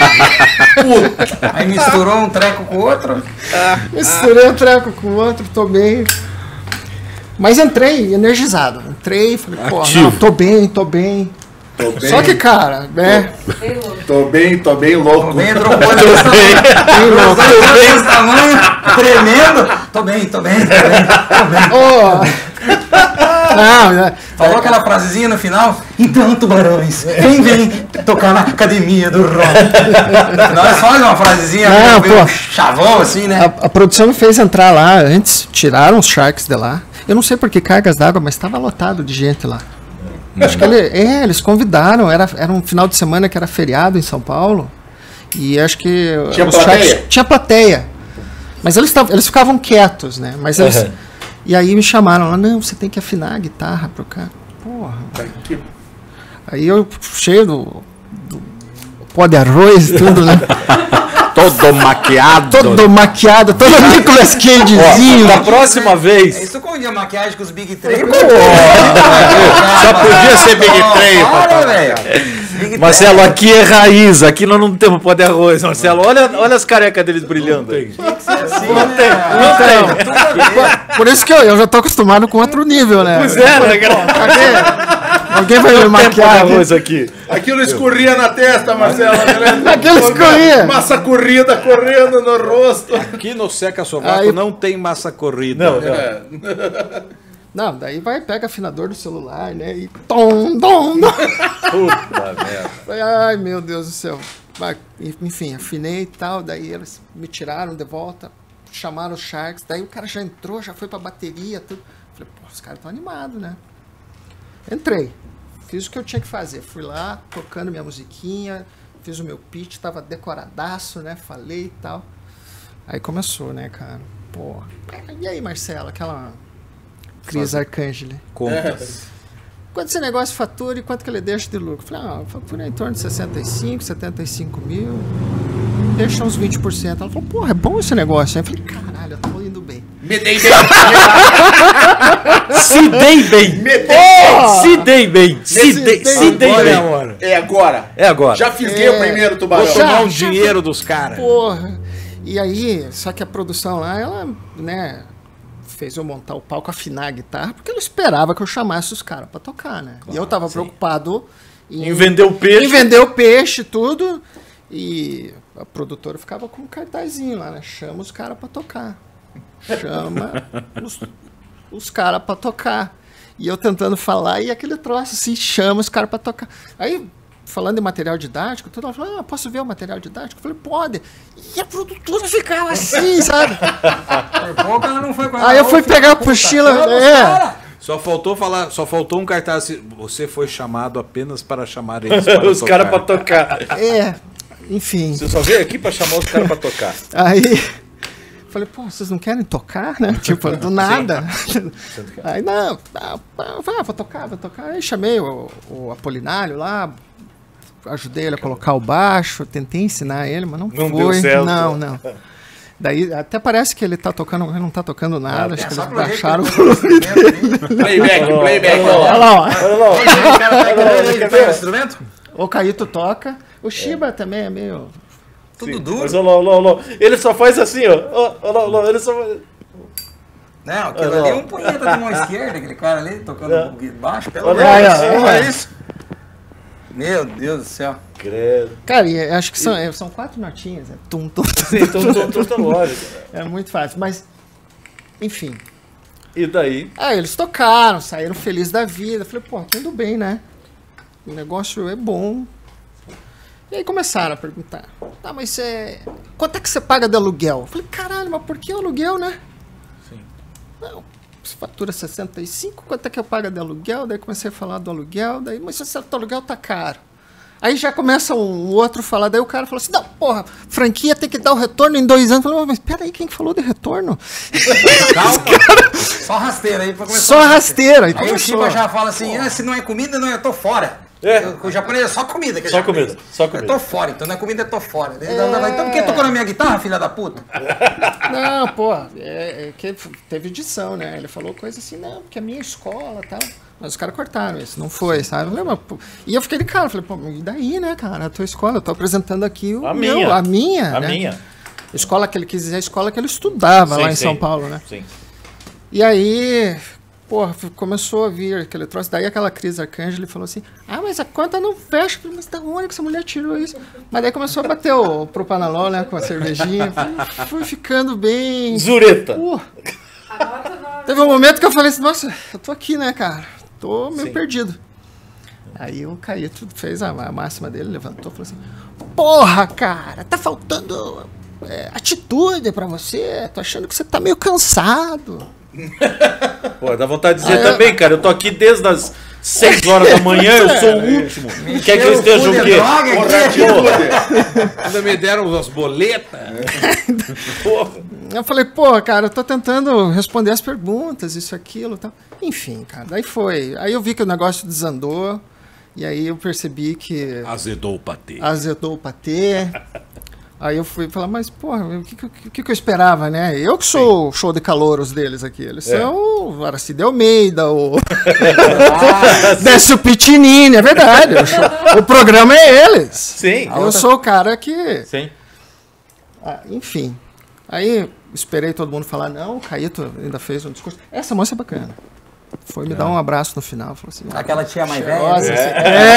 Aí misturou um treco com o outro. Misturei um treco com o outro, tomei. Mas entrei energizado. Entrei, falei, pô, não, tô bem, tô bem. Tô bem, Só que, cara, né? tô bem, tô bem louco. Tô bem, hidrofone desse tamanho. Os dois desse tamanho, tremendo. Tô bem, tô bem, tô bem, tô bem. Ô, não, né? Falou aquela frasezinha no final? Então, tubarões, vem, vem tocar na academia do rock. Nós faz uma frasezinha, Não, meio pô. chavão assim, né? A, a produção me fez entrar lá antes, tiraram os Sharks de lá. Eu não sei por que cargas d'água, mas estava lotado de gente lá. Acho que ele, é, eles convidaram, era, era um final de semana que era feriado em São Paulo. E acho que Tinha os plateia? Sharks, tinha plateia. Mas eles, tavam- eles ficavam quietos, né? Mas eles, Uhum. E aí me chamaram lá, não, você tem que afinar a guitarra pro cara. Porra. Aí eu, cheio do, do pó de arroz e tudo, né? Todo maquiado. Todo maquiado, todo Nicolas Cagezinho. Da próxima É vez. isso condia maquiagem com os Big Três. Só podia ser Big Três, Para, velho. Big Marcelo, aqui é raiz, aqui nós não temos pó de arroz, Marcelo. Olha, olha as carecas deles brilhando aí. Não tem, Então, por isso que eu, eu já tô acostumado com outro nível, né? Pois é, né, cara? Alguém, alguém vai me Tem pó de maquiar aqui. arroz aqui. Aquilo escorria na testa, Marcelo. Aquilo escorria. Massa corrida correndo no rosto. Aqui no Seca Sovaco Aí- não tem massa corrida. Não, não. Não, daí vai, pega afinador do celular, né? E tom, tom, tom. Puta merda. Falei, ai, meu Deus do céu. Vai, enfim, afinei e tal, daí eles me tiraram de volta, chamaram os Sharks, daí o cara já entrou, já foi pra bateria, tudo. Falei, pô, os caras estão animados, né? Entrei, fiz o que eu tinha que fazer, fui lá, tocando minha musiquinha, fiz o meu pitch, tava decoradaço, né? Falei e tal. Aí começou, né, cara? Pô, e aí, Marcelo, aquela Cris Arcangeli? Contas. Quanto esse negócio fatura e quanto que ele deixa de lucro? Falei, ah, fatura em torno de sessenta e cinco, setenta e cinco mil, deixa uns vinte por cento. Ela falou, porra, é bom esse negócio. Aí eu falei, caralho, eu tô indo bem. Me dei bem. Se dei bem. Me dei bem. Se dei bem. Se dei, se dei Agora é a bem. hora. É agora. É agora. Já fisguei o primeiro tubarão. Vou tomar o dinheiro dos caras. Porra. E aí, só que a produção lá, ela, né, fez eu montar o palco, afinar a guitarra, porque ela esperava que eu chamasse os caras pra tocar, né? e eu tava preocupado Em vender o peixe. Em vender o peixe, tudo. E a produtora ficava com um cartazinho lá, né? Chama os caras pra tocar. Chama os, os caras pra tocar. E eu tentando falar, e aquele troço assim, chama os caras pra tocar. Aí falando em material didático, tudo, ela falou, ah, posso ver o material didático? Eu falei, pode. E a produtora ficava assim, sabe? Por pouco ela não foi com Aí eu fui pegar a mochila, é. Só faltou falar, só faltou um cartaz assim, você foi chamado apenas para chamar eles para Os tocar. caras pra tocar. É, enfim. Você só veio aqui pra chamar os caras pra tocar. Aí, falei, pô, vocês não querem tocar, né? Tipo, do nada. Aí, não, ah, ah, vou tocar, vou tocar. Aí chamei o, o Apolinário lá, ajudei ele a colocar o baixo, tentei ensinar ele, mas não, Não foi. deu certo. Não, não. Daí até parece que ele tá tocando, ele não tá tocando nada, acho É que só eles pelo jeito baixaram o que eu tô volume dele. Playback, playback. Olha lá, ó. Olha lá, ó. Ele pega o instrumento? O Caíto toca, o Shiba também é meio... Tudo Sim, duro. Mas olha lá, olha lá, olha lá. Ele só faz assim, ó. Ó, Olha lá, olha lá. Ele só faz... Não, aquilo Olha ali lá. é um punheta de mão esquerda, aquele cara ali tocando É. um pouquinho baixo. Pelo Olha amor de aí, ó, Deus, olha olha aí. isso. Meu Deus do céu. Credo. Cara, e acho que são, é, são quatro notinhas, é tum, tum, tum. Sim, então, então, então tá lógico. É muito fácil, mas... Enfim. E daí? Aí eles tocaram, saíram felizes da vida. Falei, pô, tudo bem, né? O negócio é bom. E aí começaram a perguntar. Tá, mas é... quanto é que você paga de aluguel? Eu falei, caralho, mas por que aluguel, né? Sim. Não, você fatura sessenta e cinco, quanto é que eu pago de aluguel? Daí comecei a falar do aluguel, daí, mas se o aluguel tá caro. Aí já começa um outro falar, daí o cara falou assim, não, porra, franquia tem que dar o retorno em dois anos. Eu falei, mas peraí, quem que falou de retorno? Calma. Só rasteira aí pra começar. Só rasteira. Aí Aí o começou. Shiba já fala assim, ah, se não é comida, não, eu tô fora. É. Eu- o japonês é só comida. Que é Só japonês. comida, só comida. Eu tô fora, então não é comida, eu tô fora. Ele dá- Então por que tocou na minha guitarra, filha da puta? Não, pô, é, é que teve edição, né? Ele falou coisa assim, não, porque a minha escola e tal. Mas os caras cortaram isso, não foi, sabe? Eu falei, mas, pô, e eu fiquei de cara, falei, pô, e daí, né, cara? A tua escola, eu tô apresentando aqui o A meu, minha. a minha, A né? minha. Escola que ele quis dizer, a escola que ele estudava Sim, lá em sim. São Paulo, né? Sim. E aí, porra, f- começou a vir aquele troço. Daí aquela Cris Arcângeli falou assim, ah, mas a conta não fecha. Eu falei, mas da onde que essa mulher tirou isso? Mas daí começou a bater o propanolol, né, com a cervejinha. Fui, fui ficando bem... Zureta. Pô, Anota o nome. teve um momento que eu falei assim, nossa, eu tô aqui, né, cara? Tô meio Sim. perdido. Aí o Caíto fez a, a máxima dele, levantou e falou assim, porra, cara, tá faltando é, atitude pra você. Tô achando que você tá meio cansado. Pô, dá vontade de dizer Ah, eu- também, cara. Eu tô aqui desde as seis horas da manhã, eu sou o último. Quer que eu esteja o quê? Ainda me deram umas boletas. Porra. Eu falei, pô, cara, eu tô tentando responder as perguntas, isso, aquilo e tal. Enfim, cara, daí foi. Aí eu vi que o negócio desandou, e aí eu percebi que Azedou o patê. azedou o patê. Aí eu fui falar, mas, porra, o que, que, que, que eu esperava, né? Eu que sou o show de calouros deles aqui. Eles são o Aracide Almeida, o Décio Pitinini, é verdade. O, show- o programa é eles. Sim. Eu sou o cara que... Sim. Ah, enfim. Aí esperei todo mundo falar, não, o Caíto ainda fez um discurso. Essa moça é bacana. Foi me dar um abraço no final. Falou assim, Aquela tia mais velha. cheirosa, né?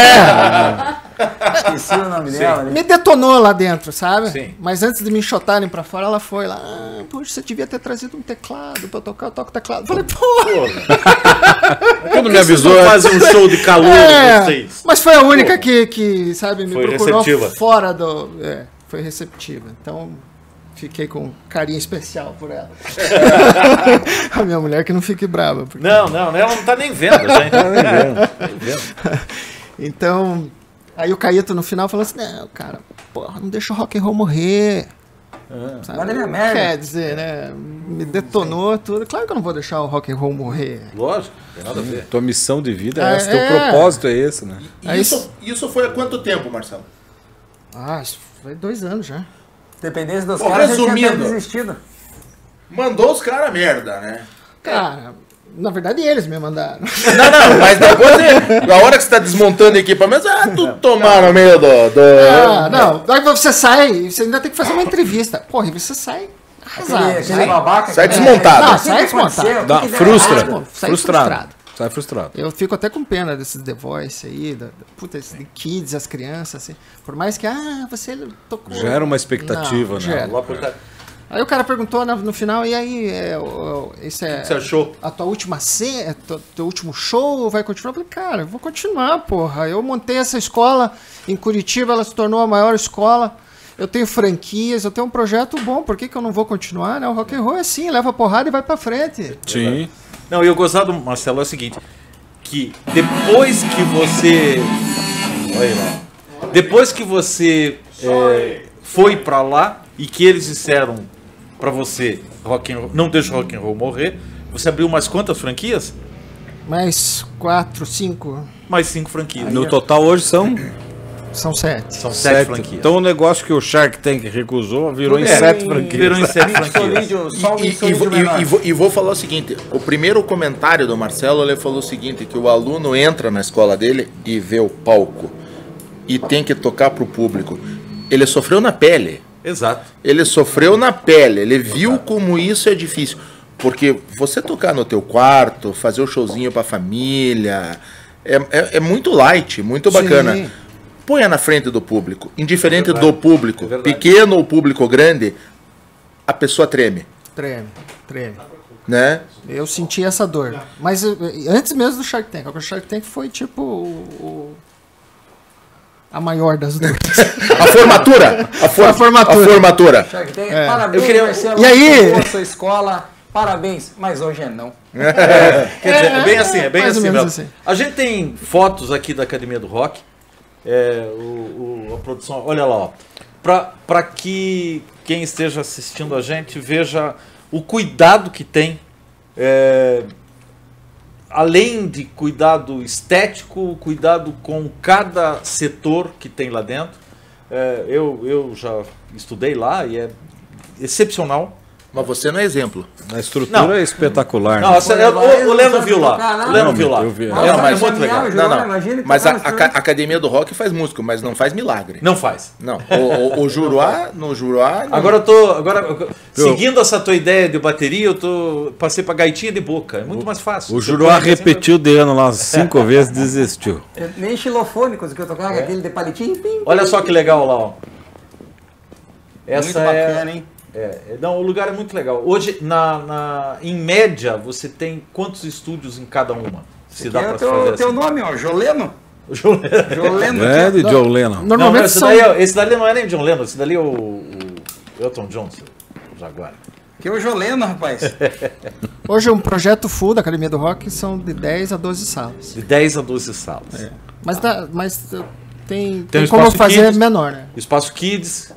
assim. É! Esqueci o nome dela. né? Me detonou lá dentro, sabe? Sim. Mas antes de me enxotarem pra fora, ela foi lá. Ah, poxa, você devia ter trazido um teclado pra eu tocar, eu toco teclado. Falei, pô! Quando me avisou, Vocês fazer um show de calor É, vocês. mas foi a única que, que sabe, me Foi procurou receptiva. fora do. É, foi receptiva. Então, fiquei com carinho especial por ela. A minha mulher que não fique brava. porque- Não, não, ela não tá nem vendo, gente. Nem vendo. Então, aí o Caíto no final falou assim: não, cara, porra, não deixa o rock and roll morrer. Sabe? Manda minha merda. Quer dizer, né? Me detonou tudo. Claro que eu não vou deixar o rock and roll morrer. Lógico, tem nada a ver. Tua missão de vida Ah, é essa, teu é. propósito é esse, né? E Aí isso, isso foi há quanto tempo, Marcelo? Ah, isso foi dois anos já. Dependesse dos Bom, caras, já tinha até resumindo. desistido. Mandou os caras a merda, né? Cara, na verdade eles me mandaram. Não, não, mas depois, na hora que você tá desmontando equipamento, ah, tu tomar no meio do... do... Ah, não, daí você sai, você ainda tem que fazer uma entrevista. Porra, e você sai arrasado. Aquele, aquele sai- babaca. Sai que- desmontado. É, Não, o que sai que desmontado. aconteceu? O Dá, que que deu frustra. errado? sai frustrado. frustrado. Sai frustrado. Eu fico até com pena desses The Voice aí, da, da- puta, esses de kids, as crianças, assim. Por mais que, ah, você tocou. Gera uma expectativa, Não, né? gera. Lá por trás. Aí o cara perguntou no, no final, e aí, é, o- esse é O que você achou? a tua última cena, é teu, teu último show, vai continuar? Eu falei, cara, eu vou continuar, porra. Eu montei essa escola em Curitiba, ela se tornou a maior escola. Eu tenho franquias, eu tenho um projeto bom, por que, que eu não vou continuar? Né? O rock and roll é assim, leva porrada e vai pra frente. Sim. Não, e eu gostado, Marcelo, é o seguinte, que depois que você... Olha aí lá. Depois que você é, foi pra lá e que eles disseram pra você, rock and roll, não deixa o rock and roll morrer, você abriu mais quantas franquias? Mais quatro, cinco, Mais cinco franquias. No total hoje são são sete. São sete, sete. franquias. Então o negócio que o Shark Tank recusou virou em É, sete franquias. Virou em sete Mix franquias. Solídio, só o E, Mix e- Solídio e- menor. e vou, e vou falar o seguinte, o primeiro comentário do Marcelo, ele falou o seguinte, que o aluno entra na escola dele e vê o palco e tem que tocar pro público. Ele sofreu na pele, Exato. ele sofreu na pele, ele viu como isso é difícil. Porque você tocar no teu quarto, fazer o showzinho pra família, é, é, é muito light, muito bacana. Sim. Ponha na frente do público, indiferente É verdade, do público, é verdade. pequeno ou público grande, a pessoa treme, Treme, treme. né? Eu senti essa dor. Mas eh, antes mesmo do Shark Tank. O Shark Tank foi tipo o, o- a maior das dores. A formatura, a, for- A formatura. a formatura. Shark Tank, É. parabéns, Eu queria- Marcelo, E aí? boa sua escola, parabéns, mas hoje é não. Quer dizer, é bem assim, é bem mais ou assim, menos mesmo. assim. A gente tem fotos aqui da Academia do Rock. É, o, o- a produção, olha lá, ó. Para que quem esteja assistindo a gente veja o cuidado que tem, é, além de cuidado estético, cuidado com cada setor que tem lá dentro. É, eu, eu já estudei lá e é excepcional. Mas você não é exemplo. A estrutura Não. é espetacular. Não, né? essa- eu- o, o Leno viu lá. O Leno viu lá. Eu vi. É, Não, mas- é muito legal. Não, não. Mas a, a ca- Academia do Rock faz músico, mas não faz milagre. Não faz. Não. O, o, o Juruá, no Juruá... não- Agora eu tô. Agora, eu- seguindo essa tua ideia de bateria, eu tô. Passei pra gaitinha de boca. É muito mais fácil. O Você Juruá põe assim, repetiu de ano lá cinco vezes e desistiu. Nem xilofônicos que eu tocava, aquele de palitinho. Pim, Olha só que legal lá, ó. Essa muito é, bacana, hein? é, é- Não, o lugar é muito legal. Hoje, na, na, em média, você tem quantos estúdios em cada uma? Se dá Que é pra o teu, fazer teu assim. nome, ó, Joleno. O John Lennon. Joleno. É de Joe Lennon. Não, Normalmente esse, são... daí, é- esse dali não é nem John Lennon, esse dali é o, o Elton John, o Jaguar. Que é o Joleno, rapaz. Hoje um projeto full da Academia do Rock são de dez a doze salas. De dez a doze salas. Mas, dá, mas uh, tem, Tem tem um como espaço fazer kids. menor, né? Espaço Kids.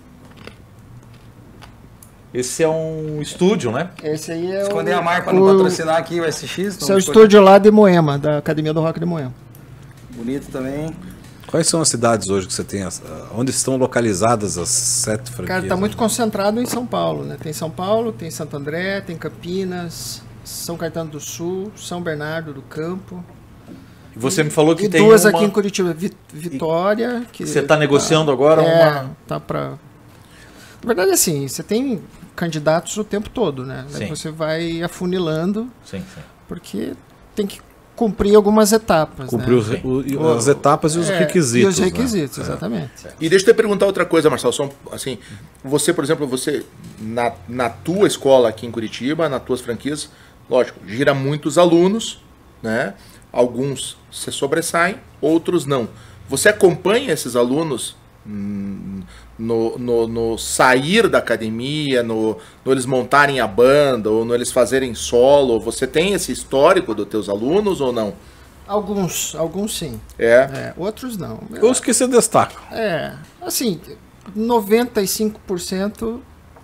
Esse é um estúdio, né? Esse aí é Esconder o, a marca pra não o- patrocinar aqui o S X. Esse é o estúdio lá de Moema, da Academia do Rock de Moema. Bonito também. Quais são as cidades hoje que você tem? as- Onde estão localizadas as sete franquias? Cara, tá muito né? concentrado em São Paulo, né? Tem São Paulo, tem Santo André, tem Campinas, São Caetano do Sul, São Bernardo do Campo. E você me falou que E tem duas uma... aqui em Curitiba, Vi- Vitória. Que Você tá negociando agora é, uma... tá pra... Na verdade, assim, você tem candidatos o tempo todo, né? Aí Sim. você vai afunilando, Sim, sim. porque tem que cumprir algumas etapas, Cumprir né? os re- o- e as etapas e os É, requisitos. E os né? requisitos, exatamente. E deixa eu te perguntar outra coisa, Marcelo. Só um- assim, você, por exemplo, você na, na tua escola aqui em Curitiba, nas tuas franquias, lógico, gira muitos alunos, né? Alguns se sobressaem, outros não. Você acompanha esses alunos hum, no, no, no sair da academia, no, no eles montarem a banda, ou no eles fazerem solo? Você tem esse histórico dos teus alunos ou não? Alguns, alguns sim. É. É, outros não. Os que se destacam. É, assim, noventa e cinco por cento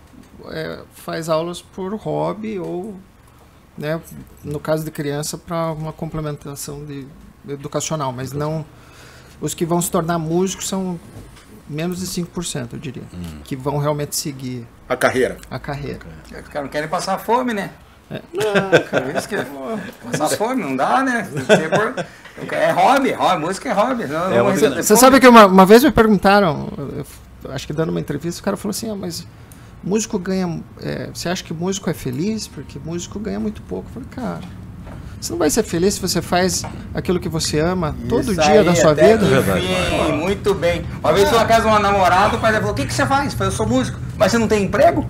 é, faz aulas por hobby ou, né, no caso de criança, para uma complementação de, educacional, mas não... Os que vão se tornar músicos são menos de cinco por cento, eu diria, que vão realmente seguir A carreira. a carreira. Os caras não querem passar fome, né? Não, cara, isso que é. Passar fome não dá, né? Tem que ter por- É hobby, hobby, música é hobby. Não, não muito- vai ter Você fome. sabe que uma, uma vez me perguntaram, eu- eu acho que dando uma entrevista, o cara falou assim, ah, mas músico ganha... é, você acha que músico é feliz? Porque músico ganha muito pouco. Eu falei, cara, você não vai ser feliz se você faz aquilo que você ama todo Isso dia aí, da sua até vida? que enfim, muito bem. Uma vez fui na casa de uma namorada, o pai dela falou: o que, que você faz? Eu falei, eu sou músico. Mas você não tem emprego?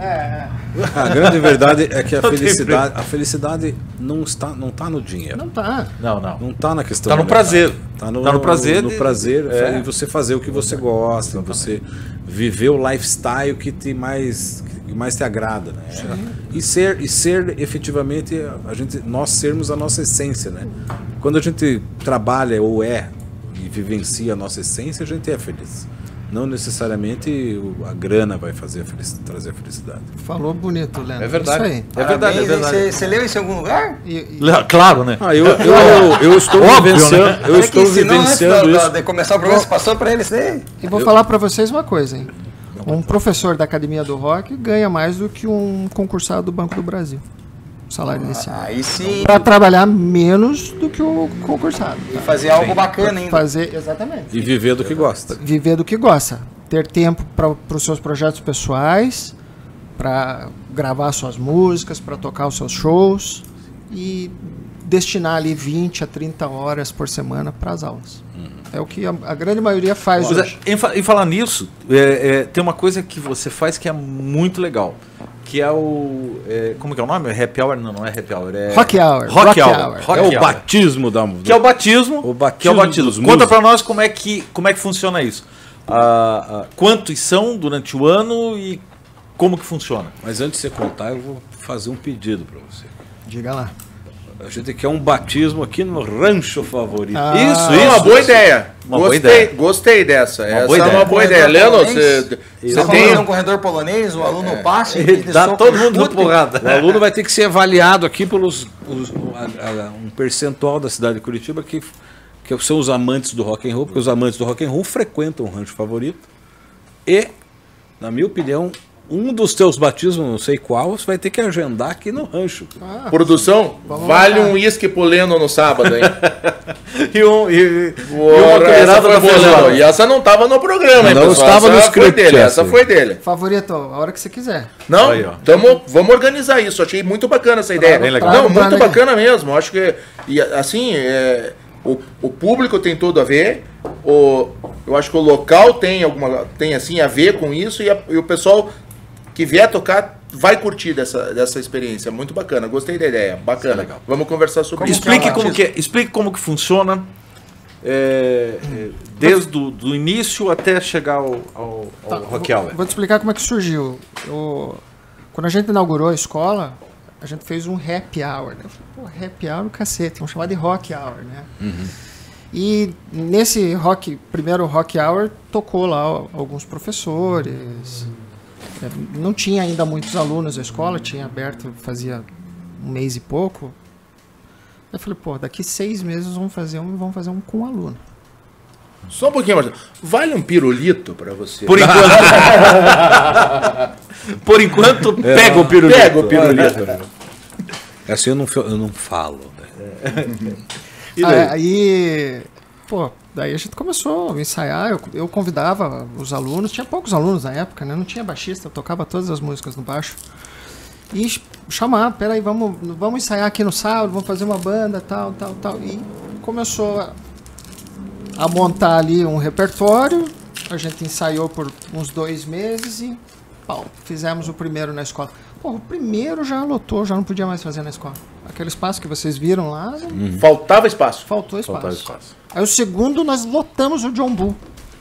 É. A grande verdade é que a Não tem felicidade, a felicidade não está, não está no dinheiro. Não tá. Não, não. Não está na questão Tá no monetária. prazer. Tá no, Tá no prazer no de- prazer é. e você fazer o que você gosta, você viver o lifestyle que te mais que mais te agrada, né? E ser e ser efetivamente a gente nós sermos a nossa essência, né? Quando a gente trabalha ou é e vivencia a nossa essência, a gente é feliz. Não necessariamente o- a grana vai fazer a felici- trazer a felicidade. Falou bonito, Leandro. É verdade. Isso aí. É verdade, é Parabéns, verdade. Você, você leu isso em algum lugar? E, e- Le- Claro, né? Ah, eu, eu, eu estou Óbvio, vivenciando, né? eu Olha estou que ensinou vivenciando antes da- isso. de começar o programa, você passou pra ele isso daí? e vou falar pra vocês uma coisa, hein? Um professor da Academia do Rock ganha mais do que um concursado do Banco do Brasil. O salário inicial. Aí sim, Pra trabalhar menos do que o concursado. e fazer algo bacana ainda. Fazer, exatamente. E viver do que gosta. Viver do que gosta. Ter tempo para os seus projetos pessoais, para gravar suas músicas, para tocar os seus shows e destinar ali vinte a trinta horas por semana para as aulas. É o que a, a grande maioria faz Pois é, hoje. em, fa- em falar nisso, é, é, tem uma coisa que você faz que é muito legal. Que é o. é, como que é o nome? Happy Hour? Não, não é Happy Hour. É Rock Hour. Rock, Rock Hour. Hour. Rock É o Hour. batismo da Que é o batismo. O batismo que é o batismo. dos Conta músicos. pra nós como é que, como é que funciona isso. Ah, ah, quantos são durante o ano e como que funciona? Mas antes de você contar, eu vou fazer um pedido para você. Diga lá. A gente quer um batismo aqui no Rancho Favorito. Ah, Isso, É uma isso. boa ideia. Uma boa gostei, ideia. gostei dessa. Essa boa é ideia. uma boa ideia. Corredor Leandro, polonês? você, Você você tem tem. um corredor polonês, o aluno passa e Dá soco- todo mundo na Puta, porrada. O aluno vai ter que ser avaliado aqui pelos os- a- a- um percentual da cidade de Curitiba que, que são os amantes do rock and roll, porque os amantes do rock and roll frequentam o Rancho Favorito. E, na minha opinião, um dos teus batismos, não sei qual, você vai ter que agendar aqui no rancho. Ah, Produção, Vamos vale marcar. um uísque pro Leno no sábado, hein? E um. E, e Porra, uma essa colherada foi da boa, Leno. feijoada. E essa não tava no programa, hein, Não pessoal? estava no essa foi script, dele, essa. essa foi dele. favorito, a hora que você quiser. Não, Aí, ó. tamo, vamos organizar isso. Achei muito bacana essa ideia. bem legal. Não, Traga muito pra- bacana mesmo. Acho que, e, assim, é, o, o público tem tudo a ver. O, eu acho que o local tem alguma, tem assim a ver com isso e, a- e o pessoal que vier tocar vai curtir dessa, dessa experiência. Muito bacana. Gostei da ideia. Bacana. legal. Vamos conversar sobre Como isso. Explique que é o como batismo? que, é- explique como que funciona. é, é, desde o do início até chegar ao, ao, ao Tá, Rock vou, Hour. vou te explicar como é que surgiu. O- quando a gente inaugurou a escola, a gente fez um happy hour. Né? Pô, happy hour, cacete, vamos chamar de rock hour, né? E nesse rock, primeiro rock hour, tocou lá alguns professores. É, Não tinha ainda muitos alunos da escola, tinha aberto fazia um mês e pouco. Eu falei, pô, daqui seis meses vamos fazer um, vamos fazer um com um aluno. Só um pouquinho, Marcelo. Vale um pirulito pra você? Por enquanto. Por enquanto, pega o pirulito. Pega o pirulito. Assim eu não, fa- eu não falo. Né? E daí? Ah, Aí, pô, daí a gente começou a ensaiar, eu, eu convidava os alunos, tinha poucos alunos na época, né? Não tinha baixista, eu tocava todas as músicas no baixo. E ch- chamar, peraí, vamos, vamos ensaiar aqui no sábado, vamos fazer uma banda, tal, tal, tal. E começou a, a montar ali um repertório, a gente ensaiou por uns dois meses e, pau, fizemos o primeiro na escola. Pô, o primeiro já lotou, já não podia mais fazer na escola. Aquele espaço que vocês viram lá, Faltava espaço. faltou espaço. Faltava espaço. Aí o segundo nós lotamos o John Bull.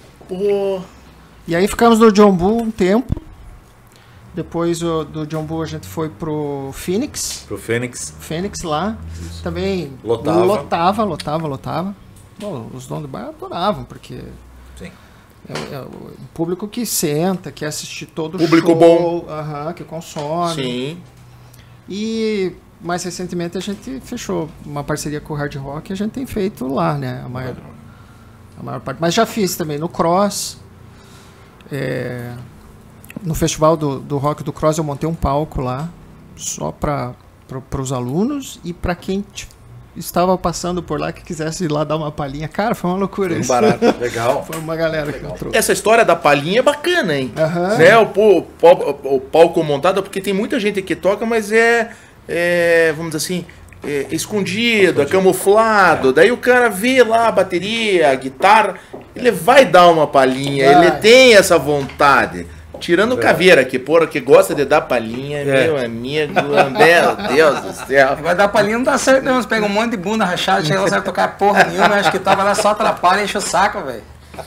E aí ficamos no John Bull um tempo. Depois o, do John Bull a gente foi pro Phoenix. Pro Fênix. Fênix lá. Também Lotava. lotava, lotava, lotava. Pô, os donos do bar adoravam, porque Sim. é, é o público que senta, que assiste todo o Público show, bom. aham, que consome. Sim. E mais recentemente a gente fechou uma parceria com o Hard Rock e a gente tem feito lá, né? A maior, a maior parte. Mas já fiz também no Cross. é, no festival do, do Rock do Cross eu montei um palco lá só para os alunos e para quem t- estava passando por lá que quisesse ir lá dar uma palhinha. Cara, foi uma loucura isso. Legal. Foi uma galera que entrou. Essa história da palhinha é bacana, hein? Aham. Né? O, pô- o pal- o palco montado, porque tem muita gente que toca, mas é, é, vamos dizer assim, é escondido, é camuflado. Daí o cara vê lá a bateria, a guitarra, ele vai dar uma palhinha, Vai. ele tem essa vontade. Tirando o Caveira, que porra, que gosta de dar palhinha, É. meu amigo, meu Deus do céu. Agora dar palhinha não dá certo, não. Você pega um monte de bunda rachada, chega lá, não sabe tocar porra nenhuma, acho que tava lá só atrapalha e enche o saco, velho.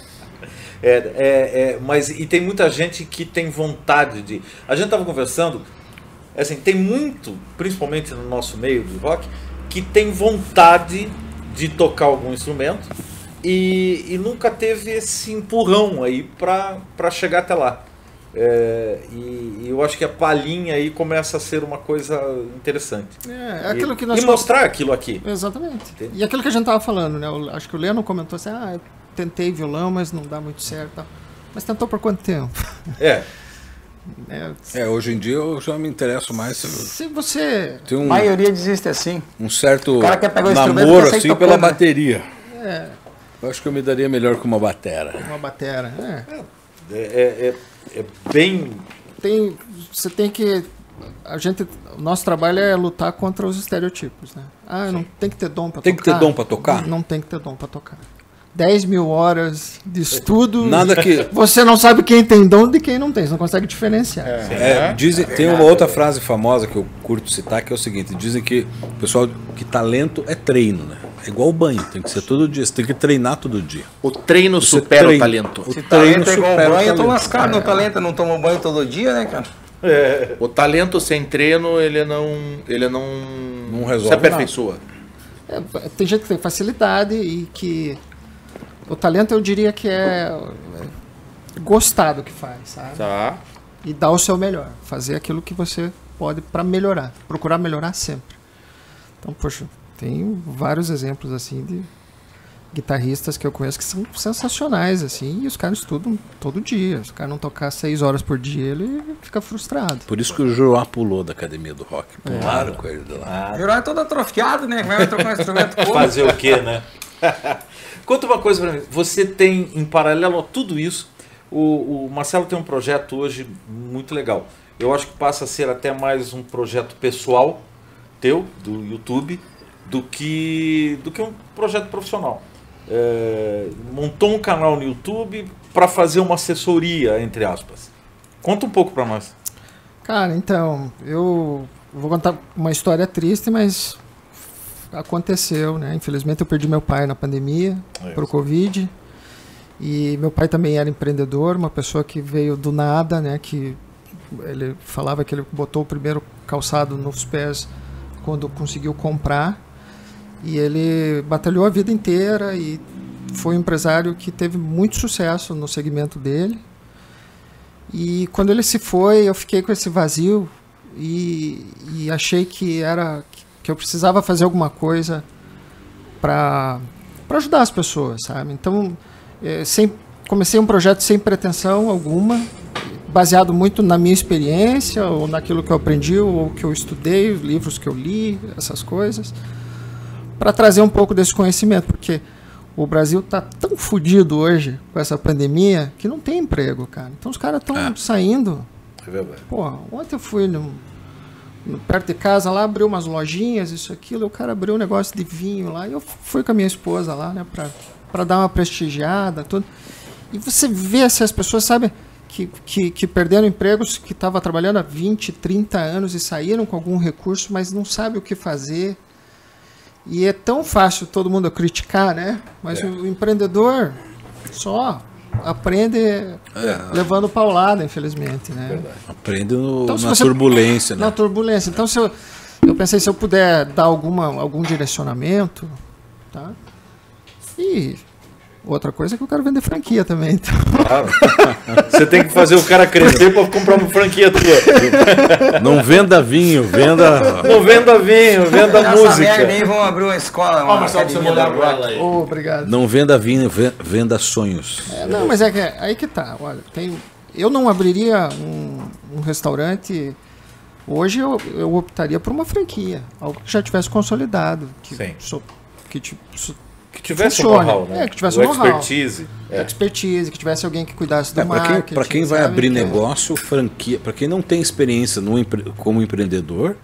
É, é, é, mas e tem muita gente que tem vontade de. A gente estava conversando, assim, tem muito, principalmente no nosso meio do rock, que tem vontade de tocar algum instrumento e, e nunca teve esse empurrão aí para chegar até lá. É, e, e eu acho que a palhinha aí começa a ser uma coisa interessante. É, é aquilo e, que nós e mostrar aquilo aqui. Exatamente. Entendi. E aquilo que a gente tava falando, né? Eu acho que o Leno comentou assim, ah, eu tentei violão, mas não dá muito certo. Tal. Mas tentou por quanto tempo? É. É, É, hoje em dia eu já me interesso mais. se você... Tem A um, maioria desiste assim. um certo O cara quer pegar o instrumento e namoro quer sair assim tocando, pela né? bateria. É, Eu acho que eu me daria melhor com uma batera. uma batera. É. É, é, é, é bem. Tem, você tem que... A gente, o nosso trabalho é lutar contra os estereotipos, né? Ah, não tem que ter dom para tocar. Tem que ter dom pra tocar? Não, não tem que ter dom para tocar. dez mil horas de estudo. Nada que. Você não sabe quem tem dom de quem não tem. Você não consegue diferenciar. É, dizem, tem uma outra frase famosa que eu curto citar que é o seguinte: dizem que o pessoal que talento é treino, né? É igual o banho, tem que ser todo dia, você tem que treinar todo dia. O treino Você supera treina. o talento. O Se treino talento é igual supera o banho, eu tô talento. lascado no talento. Eu não tomo banho todo dia, né, cara? O talento sem treino, ele não, ele não, Não resolve se aperfeiçoa. É, tem gente que tem facilidade e que o talento eu diria que é, é gostar do que faz, sabe? Tá. E dar o seu melhor, fazer aquilo que você pode para melhorar, procurar melhorar sempre. Então, poxa, tem vários exemplos assim de guitarristas que eu conheço que são sensacionais assim, e os caras estudam todo dia. Se o cara não tocar seis horas por dia, ele fica frustrado. Por isso que o Joá pulou da academia do rock. Pularam com ele de lá. O Jurado é todo atrofiado, né? Vai trocar um instrumento como? Fazer o quê, né? Conta uma coisa pra mim. Você tem, em paralelo a tudo isso, o, o Marcelo tem um projeto hoje muito legal. Eu acho que passa a ser até mais um projeto pessoal teu, do YouTube, do que, do que um projeto profissional. É, montou um canal no YouTube para fazer uma assessoria, entre aspas. Conta um pouco para nós. Cara, então, eu vou contar uma história triste, mas aconteceu, né? Infelizmente eu perdi meu pai na pandemia, É pro Covid. E meu pai também era empreendedor, uma pessoa que veio do nada, né? Que ele falava que ele botou o primeiro calçado nos pés quando conseguiu comprar. E ele batalhou a vida inteira e foi um empresário que teve muito sucesso no segmento dele. E quando ele se foi, eu fiquei com esse vazio e, e achei que era que eu precisava fazer alguma coisa para para ajudar as pessoas, sabe? Então, é, sem, comecei um projeto sem pretensão alguma, baseado muito na minha experiência, ou naquilo que eu aprendi, ou que eu estudei, os livros que eu li, essas coisas, para trazer um pouco desse conhecimento, porque o Brasil tá tão fodido hoje com essa pandemia que não tem emprego, cara. Então os caras estão É. saindo. É verdade. Pô, ontem eu fui no, no- perto de casa lá, abriu umas lojinhas, isso, aquilo, o cara abriu um negócio de vinho lá, e eu fui com a minha esposa lá, né, pra, pra dar uma prestigiada, tudo. E você vê se as pessoas, sabe, que, que, que perderam empregos, que estavam trabalhando há vinte, trinta anos e saíram com algum recurso, mas não sabe o que fazer. E é tão fácil todo mundo criticar, né? Mas É. o empreendedor só aprende levando paulada, infelizmente, né? Aprende no- Então, se na você- turbulência, né? Na turbulência. Então, se eu, eu pensei, se eu puder dar alguma, algum direcionamento, tá? E outra coisa é que eu quero vender franquia também. Então. Claro. Você tem que fazer o cara crescer para comprar uma franquia tua. Não venda vinho, venda. Não venda vinho, venda Essa música. merda aí vão abrir uma escola, uma Marcelo, pra você academia da molhar rock. aí. Oh, obrigado. Não venda vinho, ve- venda sonhos. É, não, mas é que é- aí que tá. Olha, tem, eu não abriria um, um restaurante. Hoje eu, eu optaria por uma franquia, algo que já tivesse consolidado, que, Sim. so- que ti- so- Que tivesse um funcione. know-how, né? É, que tivesse o um know-how. expertise. É. expertise, que tivesse alguém que cuidasse do É, para quem, marketing. pra quem vai sabe? abrir Que- negócio, franquia, para quem não tem experiência no empre- como empreendedor,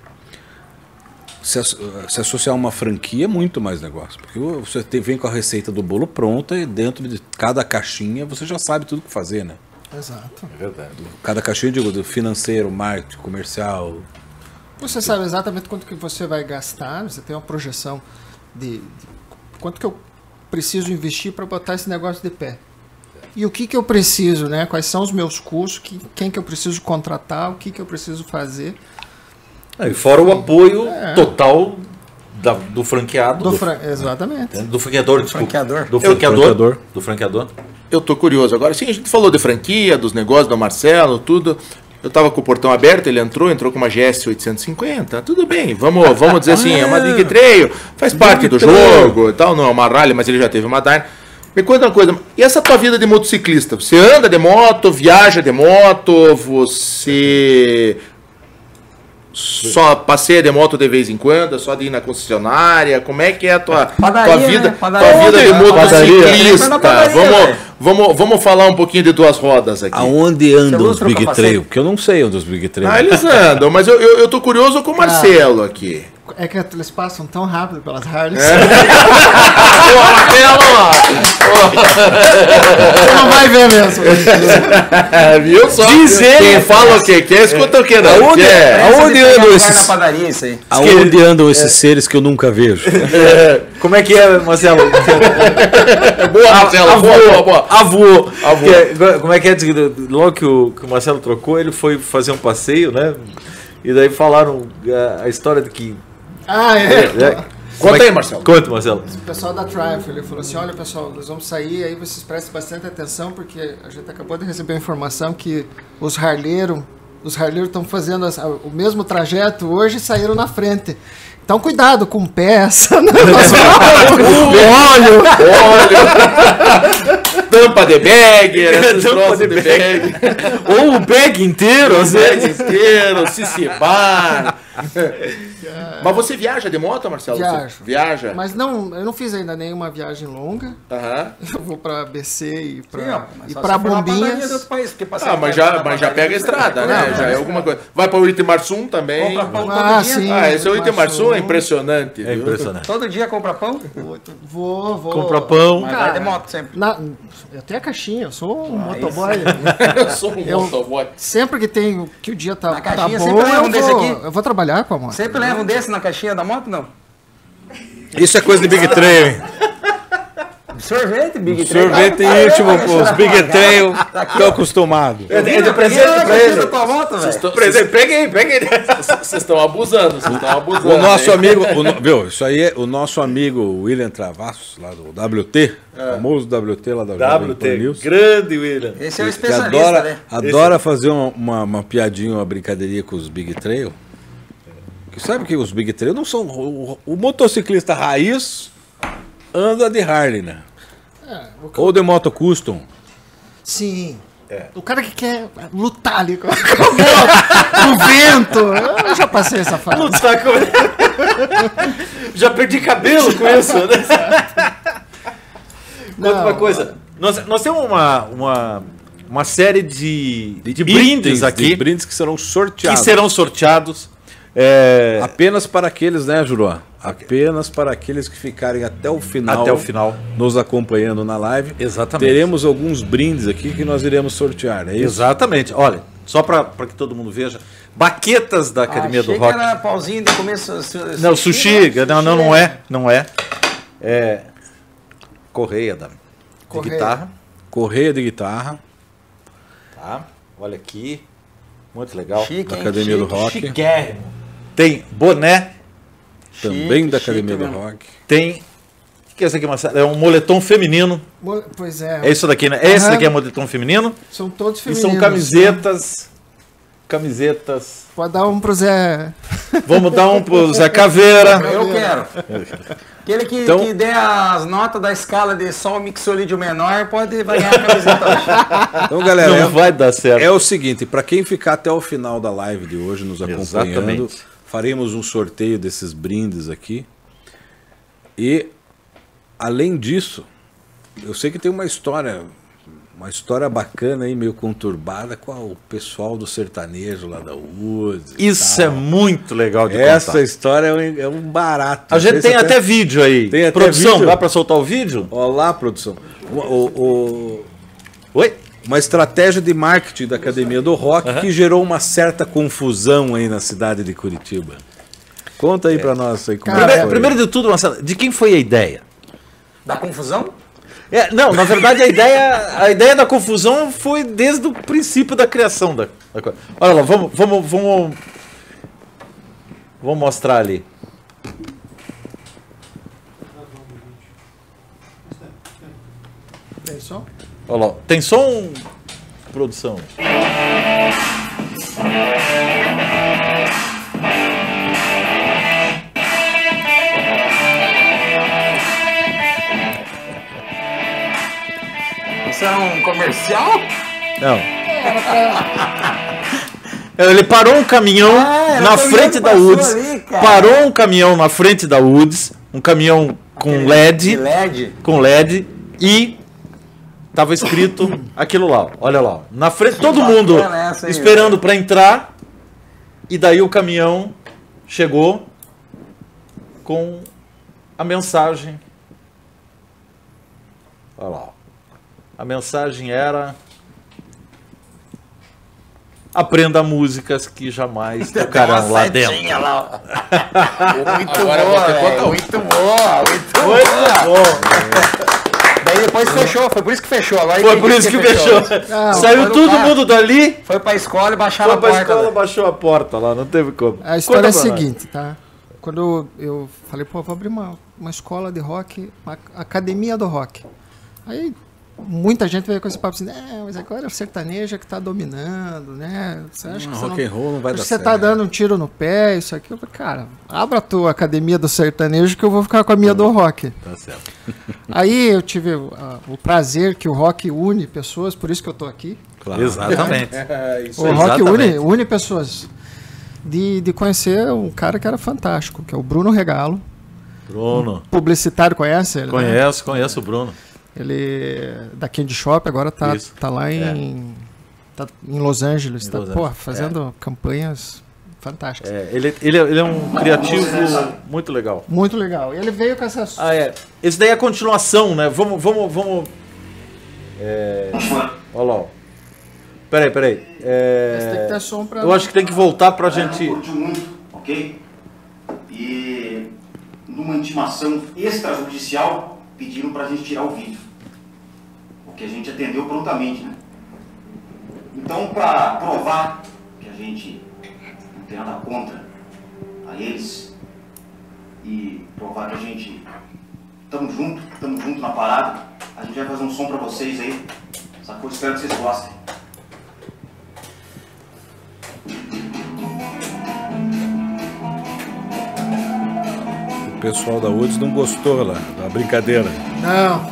se, asso- se associar uma franquia é muito mais negócio. Porque você tem- vem com a receita do bolo pronta e dentro de cada caixinha você já sabe tudo o que fazer, né? Exato. É verdade. Cada caixinha, digo, do financeiro, marketing, comercial. Você sabe exatamente quanto que você vai gastar, você tem uma projeção de, de quanto que eu preciso investir para botar esse negócio de pé. E o que que eu preciso, né? Quais são os meus custos, que, quem que eu preciso contratar, o que que eu preciso fazer. Ah, e fora o apoio É. total da- do franqueado. Do Do, fran- Exatamente. do franqueador, desculpa. Franqueador. Do Eu- franqueador. franqueador. Do franqueador. Eu tô curioso. Agora sim, a gente falou de franquia, dos negócios do Marcelo, tudo. Eu tava com o portão aberto, ele entrou, entrou com uma G S oitocentos e cinquenta. Tudo bem, vamos, vamos dizer assim, é uma Dig Trail, faz parte do jogo e tal, não é uma rally, mas ele já teve uma Dyna. Me conta uma coisa, e essa tua vida de motociclista? Você anda de moto, viaja de moto, você só passeia de moto de vez em quando, é só de ir na concessionária? Como é que é a tua, Padaria, tua vida, né? Padaria. tua vida de Padaria. motociclista? Na padaria, Vamos, velho. vamos, vamos falar um pouquinho de tuas rodas aqui. Aonde andam Você os usa o Big capacete? Trail? Porque eu não sei onde os Big Trail. Ah, eles andam, mas eu, eu, eu tô curioso com o Marcelo aqui. É que eles passam tão rápido pelas Harleys. Você não vai ver mesmo. Viu só? Diz ele. Quem fala o quê? Quem escuta o quê? Não? Aonde, Quer? aonde Essa de pegar andam lugar esses, na padaria, isso aí. aonde andam esses seres que eu nunca vejo? Como é que é, Marcelo? Boa, Marcelo, boa, boa, boa. Avô. Avô. Que é- como é que é? Logo que o, que o Marcelo trocou, ele foi fazer um passeio, né? E daí falaram a, a história de que... Ah, é. é, Conta como é aí, que- Marcelo. Conta, Marcelo. O pessoal da Triumph, ele falou assim, olha pessoal, nós vamos sair, aí vocês prestem bastante atenção, porque a gente acabou de receber a informação que os harleiros os harleiros estão fazendo as- o mesmo trajeto hoje e saíram na frente. Então cuidado com peça, né? Óleo, óleo. Tampa de bag, esses Tampa troços de de bag. Ou o bag inteiro, às Bag vezes. inteiro, Cicibar. Mas você viaja de moto, Marcelo? Você Viajo. Viaja? Mas não, eu não fiz ainda nenhuma viagem longa. Aham. Eu vou pra B C e pra, Sim, ó, mas e só pra se for na padaria de Bombinhas. outro país, porque passar Ah, em mas casa já, na mas já padaria pega a estrada, não, né? não, Já é não. alguma coisa. Vai para o Itemarsum também. Compra pão Ah, todo dia. sim. Ah, esse é o Itemarsum. Itemarsum, é impressionante. É viu? impressionante. Todo dia compra pão? Vou, vou. Compra pão. Mas vai de moto sempre. Na- eu tenho a caixinha, eu sou um motoboy. Eu sou um Eu- motoboy. Sempre que tem que o dia tá, Na tá caixinha bom, sempre leva eu um desse vou, aqui. eu vou trabalhar com a moto. Sempre leva um desse na caixinha da moto, não? Isso é coisa de Big Trail, hein? Sorvete, Big Trail. Sorvete íntimo, pô, os Big Trail. Tô acostumado. É de, é de Peguei presente na pra caixinha ele. da tua moto, velho. Estão- Presente, peguei, peguei. Vocês estão abusando, vocês estão abusando. O nosso hein? amigo, o no- viu, isso aí é o nosso amigo William Travassos, lá do W T, famoso W T lá da W Jovem Pan T, News, grande William. Esse é o que especialista, adora, né? adora fazer uma, uma, uma piadinha, uma brincadeirinha com os Big Trail. Que sabe que os Big Trail não são... O, o motociclista raiz anda de Harley, né? Ou de moto custom. Sim. O cara que quer lutar ali com, com a moto, no vento. Eu já passei essa fase. Tá com- Já perdi cabelo com isso, né? Conta Não, uma coisa. Nós, nós temos uma, uma, uma série de, de, De brindes itens, aqui de brindes que serão que sorteados. serão sorteados. É, Apenas para aqueles, né, Juruá? Apenas para aqueles que ficarem até o final. até o final. Nos acompanhando na live. Exatamente. Teremos alguns brindes aqui que nós iremos sortear, é isso? Exatamente. Olha, só para que todo mundo veja. Baquetas da Academia Achei do Rock. que era pauzinho de começo. su- Não, sushi. né? Não, não, não é. Não é. É. Correia da de Correia. guitarra. Correia de guitarra. Tá? Olha aqui. Muito legal. Chique, Da hein? Academia do Chique. Rock. Chiquérrimo. Tem boné. Também da chique Academia do mesmo. Rock. Tem. O que é isso aqui, Marcelo? É um moletom feminino. Mo- Pois é, É isso daqui, né? Esse Aham. daqui é moletom feminino. são todos E femininos. são camisetas. Camisetas. Pode dar um pro Zé. Vamos dar um pro Zé Caveira. Eu quero. Aquele que, Então- que der as notas da escala de sol mixolídio menor pode vai ganhar a camiseta hoje. Então, galera, Não é, vai dar certo. é o seguinte, para quem ficar até o final da live de hoje nos acompanhando, Exatamente. faremos um sorteio desses brindes aqui. E além disso, eu sei que tem uma história, uma história bacana aí, meio conturbada com o pessoal do sertanejo lá da U D S. e Isso é tal. muito legal de Essa contar. história é um, é um barato. A gente Esse tem até vídeo aí. Tem até Produção, vídeo? dá pra soltar o vídeo? Olá, produção. O, o- o- Oi? uma estratégia de marketing da Academia do Rock Aham. que gerou uma certa confusão aí na cidade de Curitiba. Conta aí pra nós aí como é que Primeiro, foi. primeiro de tudo, Marcelo, de quem foi a ideia? Da confusão? É, não, na verdade a ideia, a ideia da confusão foi desde o princípio da criação da, da coisa. Olha lá, vamos, vamos, vamos, vamos mostrar ali. Tem som? Olha lá, tem som, produção? Isso é um comercial? Não. Ele parou um caminhão Ah, era na o caminhão frente que da passou Woods. ali, cara. Parou um caminhão na frente da Woods, um caminhão com Aquele L E de D, L E D. com L E D e tava escrito aquilo lá, ó, olha lá, ó, na frente todo bacana mundo essa aí, esperando para entrar e daí o caminhão chegou com a mensagem. Olha lá, ó. A mensagem era: aprenda músicas que jamais tocarão lá dentro. Setinha lá, ó. Muito Agora boa, você velho, conta um. muito boa, muito Muito boa. bom. Daí depois fechou, foi por isso que fechou. Agora Foi entendi por isso que fechou. Não, Saiu foi no todo carro. mundo dali, Foi pra escola e baixaram foi a pra porta. escola, velho. baixou a porta lá, não teve como. A história é a Conta pra nós. seguinte, tá? Quando eu falei, pô, vou abrir uma, uma escola de rock, uma academia do rock. Aí muita gente veio com esse papo assim, é, mas agora é o sertanejo que tá dominando, né? Você acha que Não, você rock não, and roll não vai acha dar que você certo. tá dando um tiro no pé, isso aqui. Eu falei, cara, abra a tua academia do sertanejo que eu vou ficar com a minha do rock. Tá certo. Aí eu tive a- o prazer que o rock une pessoas, por isso que eu tô aqui. Claro. Exatamente. É, isso O aí. rock Exatamente. une, une pessoas. De, de conhecer um cara que era fantástico, que é o Bruno Regalo. Bruno. Publicitário, conhece ele? né? Conheço, conheço o Bruno. Ele é da Candy Shop, agora tá, Isso. tá lá em, tá em Los Angeles. Em tá, Los pô, Angeles, fazendo campanhas fantásticas. É, ele, ele, é- ele é um criativo muito legal. Muito legal. E ele veio com essas. Ah, é. Esse daí é a continuação, né? Vamos, vamos, vamos. É... Olha lá. Ó. Peraí, peraí. É... Esse tem que ter som pra. Eu acho que tem que voltar pra A gente. não curtiu muito, ok? E numa intimação extrajudicial, pediram pra gente tirar o vídeo. O que a gente atendeu prontamente, né? Então, pra provar que a gente não tem nada contra a eles e provar que a gente estamos junto, estamos junto na parada, a gente vai fazer um som pra vocês aí. Sacou? Espero que vocês gostem. O pessoal da Woods não gostou lá da brincadeira. Não.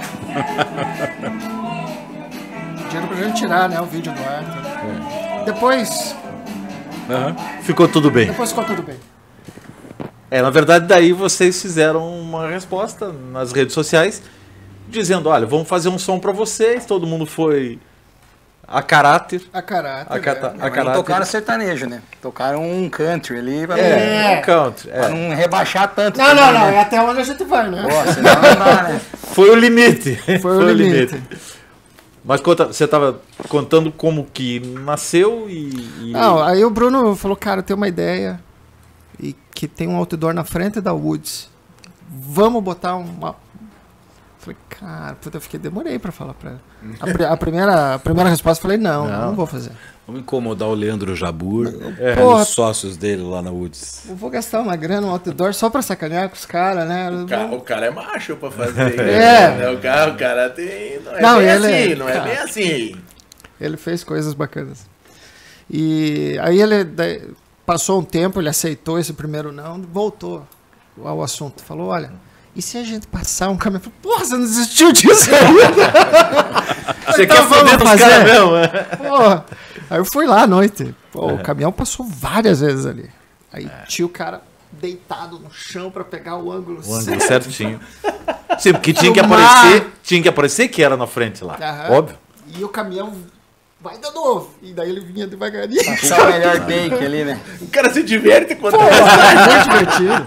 Pediram pra gente tirar, né, o vídeo do ar. tá? Depois. Aham. Ficou tudo bem. Depois ficou tudo bem. É, na verdade, daí vocês fizeram uma resposta nas redes sociais dizendo: olha, vamos fazer um som pra vocês. Todo mundo foi a caráter. A caráter. A, cata, né? a Mas não caráter. tocaram sertanejo, né? Tocaram um country ali pra, É, É. um country. não, pra É. não rebaixar tanto. Não, também, não, não. né? É até onde a gente vai, né? Pô, senão não dá, né? Foi o limite. Foi o limite. Mas conta, você estava contando como que nasceu e. e- Não, aí o Bruno falou, cara, eu tenho uma ideia e que tem um outdoor na frente da Woods. Vamos botar uma. Falei, cara, puta, eu fiquei, demorei pra falar pra ela. A, pri- a primeira, a primeira resposta, eu falei, não, não, Não. vou fazer. Vamos incomodar o Leandro Jabur, É. um Porra. dos sócios dele lá na Woods. Eu vou gastar uma grana no outdoor só pra sacanear com os caras, né? O cara, o cara é macho pra fazer isso. É. né? O cara, o cara tem. Não é Não, bem ele assim, é- não é tá. bem assim. Ele fez coisas bacanas. E aí ele daí, passou um tempo, ele aceitou esse primeiro não, voltou ao assunto. Falou, olha, e se a gente passar um caminhão? Eu falei, porra, você não desistiu disso ainda? Você Então quer vamos foder dos fazer. caras mesmo? é? Porra. Aí eu fui lá à noite. Pô, o caminhão passou várias vezes ali. Aí tinha o cara deitado no chão pra pegar o ângulo. O ângulo certinho. Sim, porque tinha que No mar. aparecer, tinha que aparecer que era na frente lá. Aham. Óbvio. E o caminhão vai de novo. E daí ele vinha devagarinho. Só o melhor take ali, né? O cara se diverte quando Pô, é muito divertido.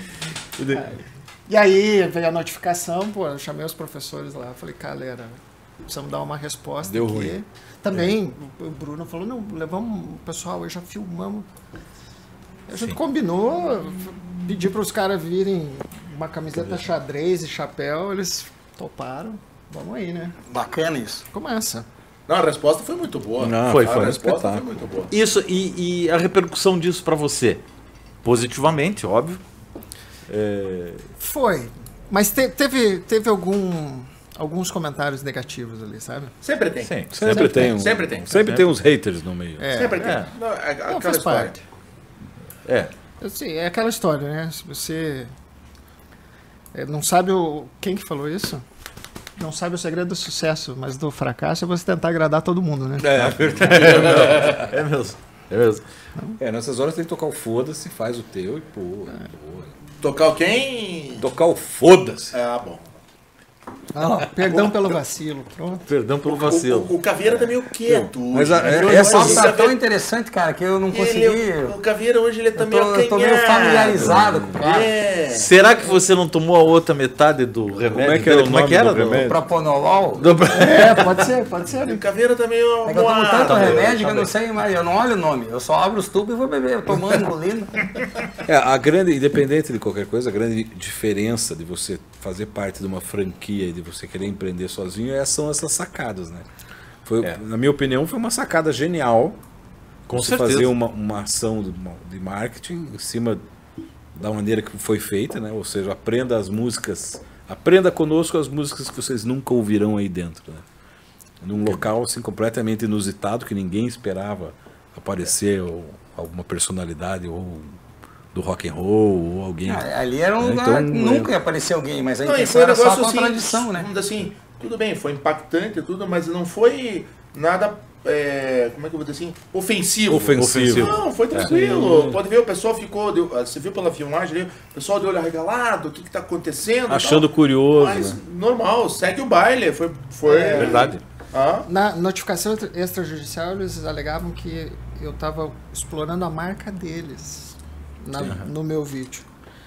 E aí veio a notificação, pô, eu chamei os professores lá, falei, galera, precisamos dar uma resposta. Deu porque ruim. Também o Bruno falou, não, levamos o pessoal, já filmamos. A gente Sim. combinou, pedi para os caras virem uma camiseta xadrez e chapéu, eles toparam. Vamos aí, né? Bacana isso. Começa. Não, a resposta foi muito boa. Não, Foi, a foi. resposta foi Espetáculo. muito boa. Isso, e, e a repercussão disso para você? Positivamente, óbvio. É, Foi. Mas te- teve, teve algum, alguns comentários negativos ali, sabe? Sempre tem. sim, Sempre, tem. Um, Sempre tem. Sempre tem uns haters no meio. É, Sempre tem. É. Não, é, Não, aquela faz história. parte. é. Assim, é aquela história, né? Se você é, não sabe o... Quem que falou isso? Não sabe o segredo do sucesso, mas do fracasso é você tentar agradar todo mundo, né? É verdade. É mesmo. É mesmo. É, nessas horas tem que tocar o foda-se, faz o teu e pô. pô. Tocar o quem? Tocar o foda-se. Ah, bom. Ah, lá, perdão pelo vacilo. Pronto. Perdão pelo vacilo. O, o, o Caveira tá meio quieto. Mas hoje, a- né? é- Hoje essa- o Nossa, tá Caveira- tão interessante, cara, que eu não consegui. ele- o Caveira hoje ele tá Eu meio tô, eu tô meio acanhado. familiarizado com o cara. É. Será que você não tomou a outra metade do remédio? Como é que era o Como é nome que era? do remédio? Propanolol. Do- É, pode ser, pode ser. O Né? Caveira tá meio É que eu tomo moado. tanto bem, remédio que tá eu não bem. sei mais. Eu não olho o nome. Eu só abro os tubos e vou beber. Eu tomando, engolindo. É, a grande, independente de qualquer coisa, a grande diferença de você fazer parte de uma franquia e de você querer empreender sozinho é, são essas sacadas, né? Foi, É. Na minha opinião, foi uma sacada genial. Com você certeza. fazer uma, uma ação de, de marketing em cima da maneira que foi feita, né? Ou seja, aprenda as músicas, aprenda conosco as músicas que vocês nunca ouvirão aí dentro, né? Num local assim completamente inusitado que ninguém esperava aparecer ou alguma personalidade ou do rock and roll ou alguém. Ah, ali era um É, lugar então, que nunca ia aparecer alguém, mas a Não, e intenção foi um era só a negócio assim, contradição, né? vamos dizer assim, tudo bem, foi impactante e tudo, mas não foi nada, é, como é que eu vou dizer assim, ofensivo. Ofensivo. Não, foi tranquilo. Pode ver, o pessoal ficou, deu- você viu pela filmagem ali, o pessoal de olho arregalado, o que que tá acontecendo? e Achando tal. curioso, Mas né? normal, segue o baile, foi... foi É. Verdade. Ah, Na notificação extra- extrajudicial, eles alegavam que eu estava explorando a marca deles na- no meu vídeo.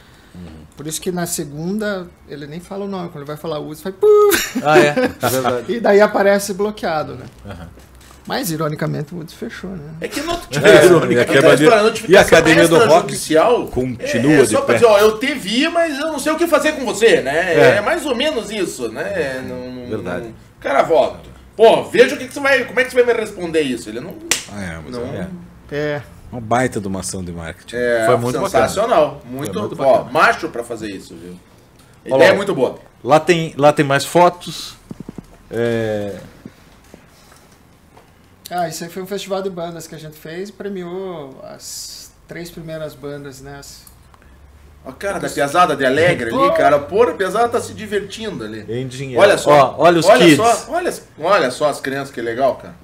Por isso que na segunda, ele nem fala o nome, quando ele vai falar uso, faz... "Puh!" Ah, é. É verdade. E daí aparece bloqueado, né? Mas, ironicamente, o Woods fechou, né? é que não... É, é, e a aquela Academia- história, e a a notificação Academia do Rock extrajudicial continua é, é de só pra pé. dizer, ó, eu te vi, mas eu não sei o que fazer com você, né? É. É, mais ou menos isso, né? Não, não- Verdade. não- cara, volta. Pô, veja o que, que você vai. Como é que você vai me responder isso? Ele não. Ah, é, mas não é É. uma baita de uma ação de marketing. é Foi muito sensacional. Muito, muito ó, bacana. macho pra fazer isso, viu? A Olha ideia lá. é muito boa. Lá tem, lá tem mais fotos. É, Ah, isso aí foi um festival de bandas que a gente fez e premiou as três primeiras bandas, né? As- A cara da pesada de Alegre ali, cara. Porra, a pesada tá se divertindo ali. em dinheiro. Olha só. Ó, olha os olha kids. Só, olha, olha só as crianças, que legal, cara.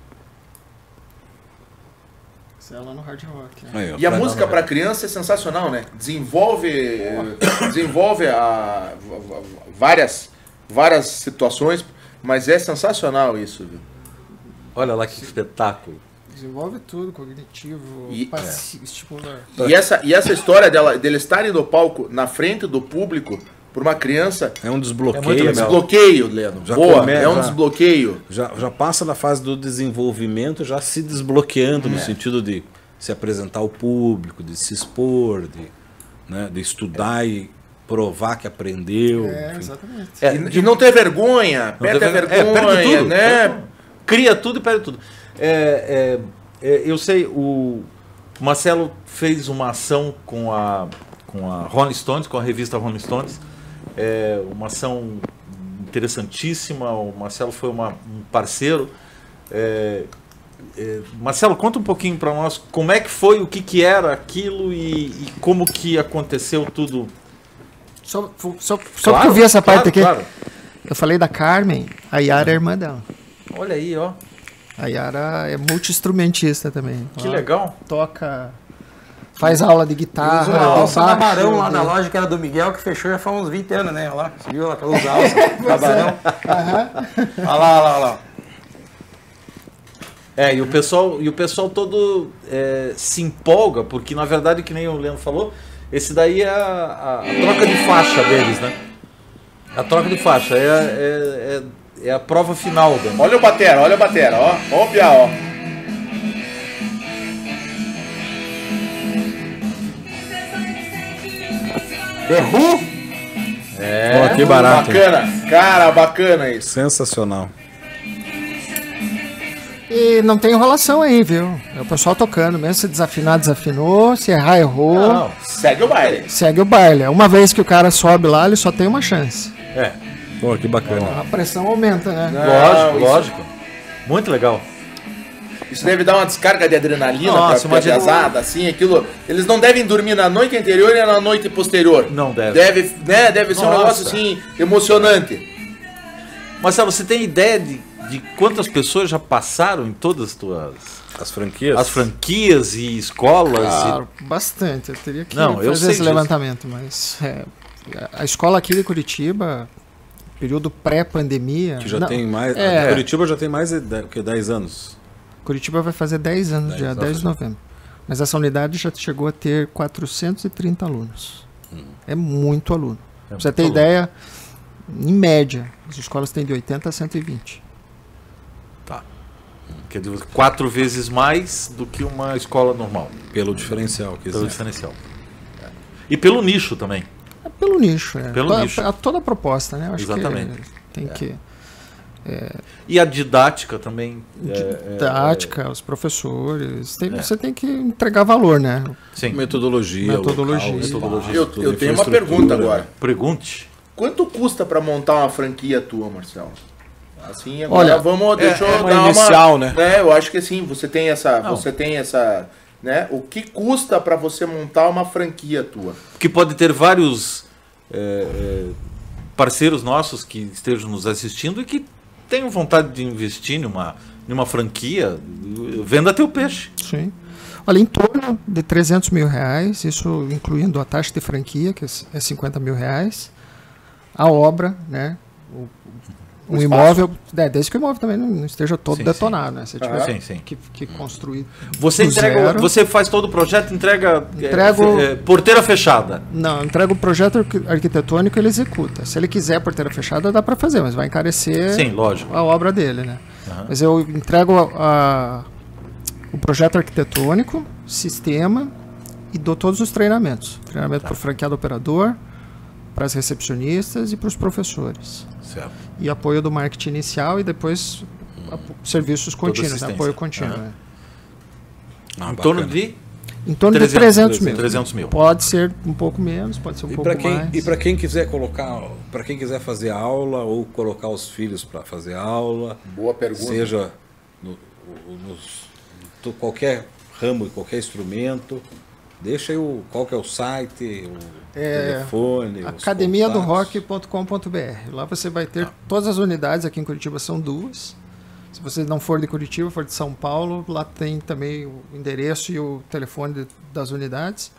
Isso é lá no Hard Rock. né? Aí, ó. E a Vai música dar uma pra criança é sensacional, né? Desenvolve, desenvolve a, v- v- várias, várias situações, mas é sensacional isso, viu? Olha lá que espetáculo. Desenvolve tudo, cognitivo, E- paci- estimula. E essa, e essa história dela, dele estarem no palco, na frente do público, por uma criança, É um É desbloqueio. muito é um legal. desbloqueio, Leno. Já Boa, come- é um já- desbloqueio. Já, já passa na fase do desenvolvimento, já se desbloqueando, É. no sentido de se apresentar ao público, de se expor, de, né, de estudar e provar que aprendeu. É, enfim. exatamente. É, E de não ter vergonha, perde a ter ver- é, vergonha, perde tudo, né? Cria tudo e perde tudo. É, é, é, eu sei, o Marcelo fez uma ação com a, com a Rolling Stones, com a revista Rolling Stones. É, uma ação interessantíssima. O Marcelo foi uma- um parceiro. É, é, Marcelo, conta um pouquinho para nós como é que foi, o que, que era aquilo e, e como que aconteceu tudo. Só, só, só porque eu vi essa parte aqui. Claro. Eu falei da Carmen, a Yara é irmã dela. Olha aí, ó. A Yara é multi-instrumentista também. Que Ela legal. Toca, faz aula de guitarra. Usa uma alça baixo, da Barão lá de- na loja que era do Miguel, que fechou já faz uns vinte anos, né? Olha lá, você viu lá que ela usa a alça da Barão? Olha lá, olha lá, olha lá. É, e o pessoal, e o pessoal todo é, se empolga, porque na verdade, que nem o Leandro falou, esse daí é a, a- a troca de faixa deles, né? A troca de faixa é, é, é, é a prova final, Dani. Olha o batera, olha o batera, ó. Ó o piá, ó. Derru? É. Pô, que barato. Bacana, cara, bacana isso. Sensacional. E não tem enrolação aí, viu? É o pessoal tocando, mesmo se desafinar, desafinou, se errar, errou. Não, segue o baile. Segue o baile. Uma vez que o cara sobe lá, ele só tem uma chance. É. Pô, que bacana. A pressão aumenta, né? Não, Lógico, isso- lógico. Muito legal. Isso deve dar uma descarga de adrenalina Nossa, pra imagina- pesada, assim, aquilo. Eles não devem dormir na noite anterior e na noite posterior. Não deve. Deve, né? Deve ser um Nossa. negócio assim, emocionante. Marcelo, você tem ideia de, de quantas pessoas já passaram em todas as tuas As franquias. as franquias e escolas? Claro, bastante. Eu teria que Não, eu fazer sei esse disso. levantamento, mas é, a escola aqui de Curitiba, período pré-pandemia. Que já não, tem mais. é. Curitiba já tem mais de de- que dez anos. Curitiba vai fazer dez anos, dia anos. dez de novembro. Mas essa unidade já chegou a ter quatrocentos e trinta alunos. É muito aluno. É Pra você muito ter aluno. ideia, em média, as escolas têm de oitenta a cento e vinte. Tá. Quer dizer, quatro vezes mais do que uma escola normal, Pelo diferencial que pelo existe. diferencial. E pelo nicho também. É pelo nicho, é. Pelo toda, nicho. a- toda a proposta, né? Eu acho Exatamente. que tem que. E a didática também. é, é, Didática, os professores. tem- É. Você tem que entregar valor, né? sim. Metodologia, Metodologia. local, Metodologia. Eu, tudo, eu tenho uma infraestrutura. pergunta agora. Pergunte. Quanto custa pra montar uma franquia tua, Marcelo? Assim, agora Olha, vamos, deixa é eu uma dar inicial, uma, né? É, eu acho que assim, você tem essa, Não. você tem essa, né? O que custa pra você montar uma franquia tua? Que pode ter vários é, é, parceiros nossos que estejam nos assistindo e que tenham vontade de investir numa, numa franquia. Venda teu peixe. Sim. Olha, em torno de trezentos mil reais, isso incluindo a taxa de franquia, que é cinquenta mil reais, a obra, né? O, o espaço. imóvel, é, desde que o imóvel também não, não esteja todo Sim, detonado, né? Se tiver Sim, sim. que, que construir. Você do entrega, zero. você faz todo o projeto, entrega é, Entrego- é, porteira fechada. Não, entrega o projeto arqui- arquitetônico, ele executa. Se ele quiser porteira fechada, dá para fazer, mas vai encarecer Sim, lógico. a obra dele, né? Aham. Mas eu entrego a- a- o projeto arquitetônico, sistema e dou todos os treinamentos. Treinamento Tá. para o franqueado operador, para as recepcionistas e para os professores. Certo. E apoio do marketing inicial e depois a- serviços contínuos, né? assistência. Apoio contínuo. Aham. né? Ah, em torno bacana. de Em torno trezentos, de trezentos mil. trezentos mil. Pode ser um pouco menos, pode ser um E pouco para quem, mais. e para quem quiser colocar, para quem quiser fazer aula ou colocar os filhos para fazer aula, Boa pergunta. seja no, o- nos, to- qualquer ramo e qualquer instrumento, deixa aí o qual que é o site, o É, telefone, os academia do contatos. rock ponto com ponto b r. Lá você vai ter todas as unidades, aqui em Curitiba são duas. Se você não for de Curitiba, for de São Paulo, lá tem também o endereço e o telefone de- das unidades.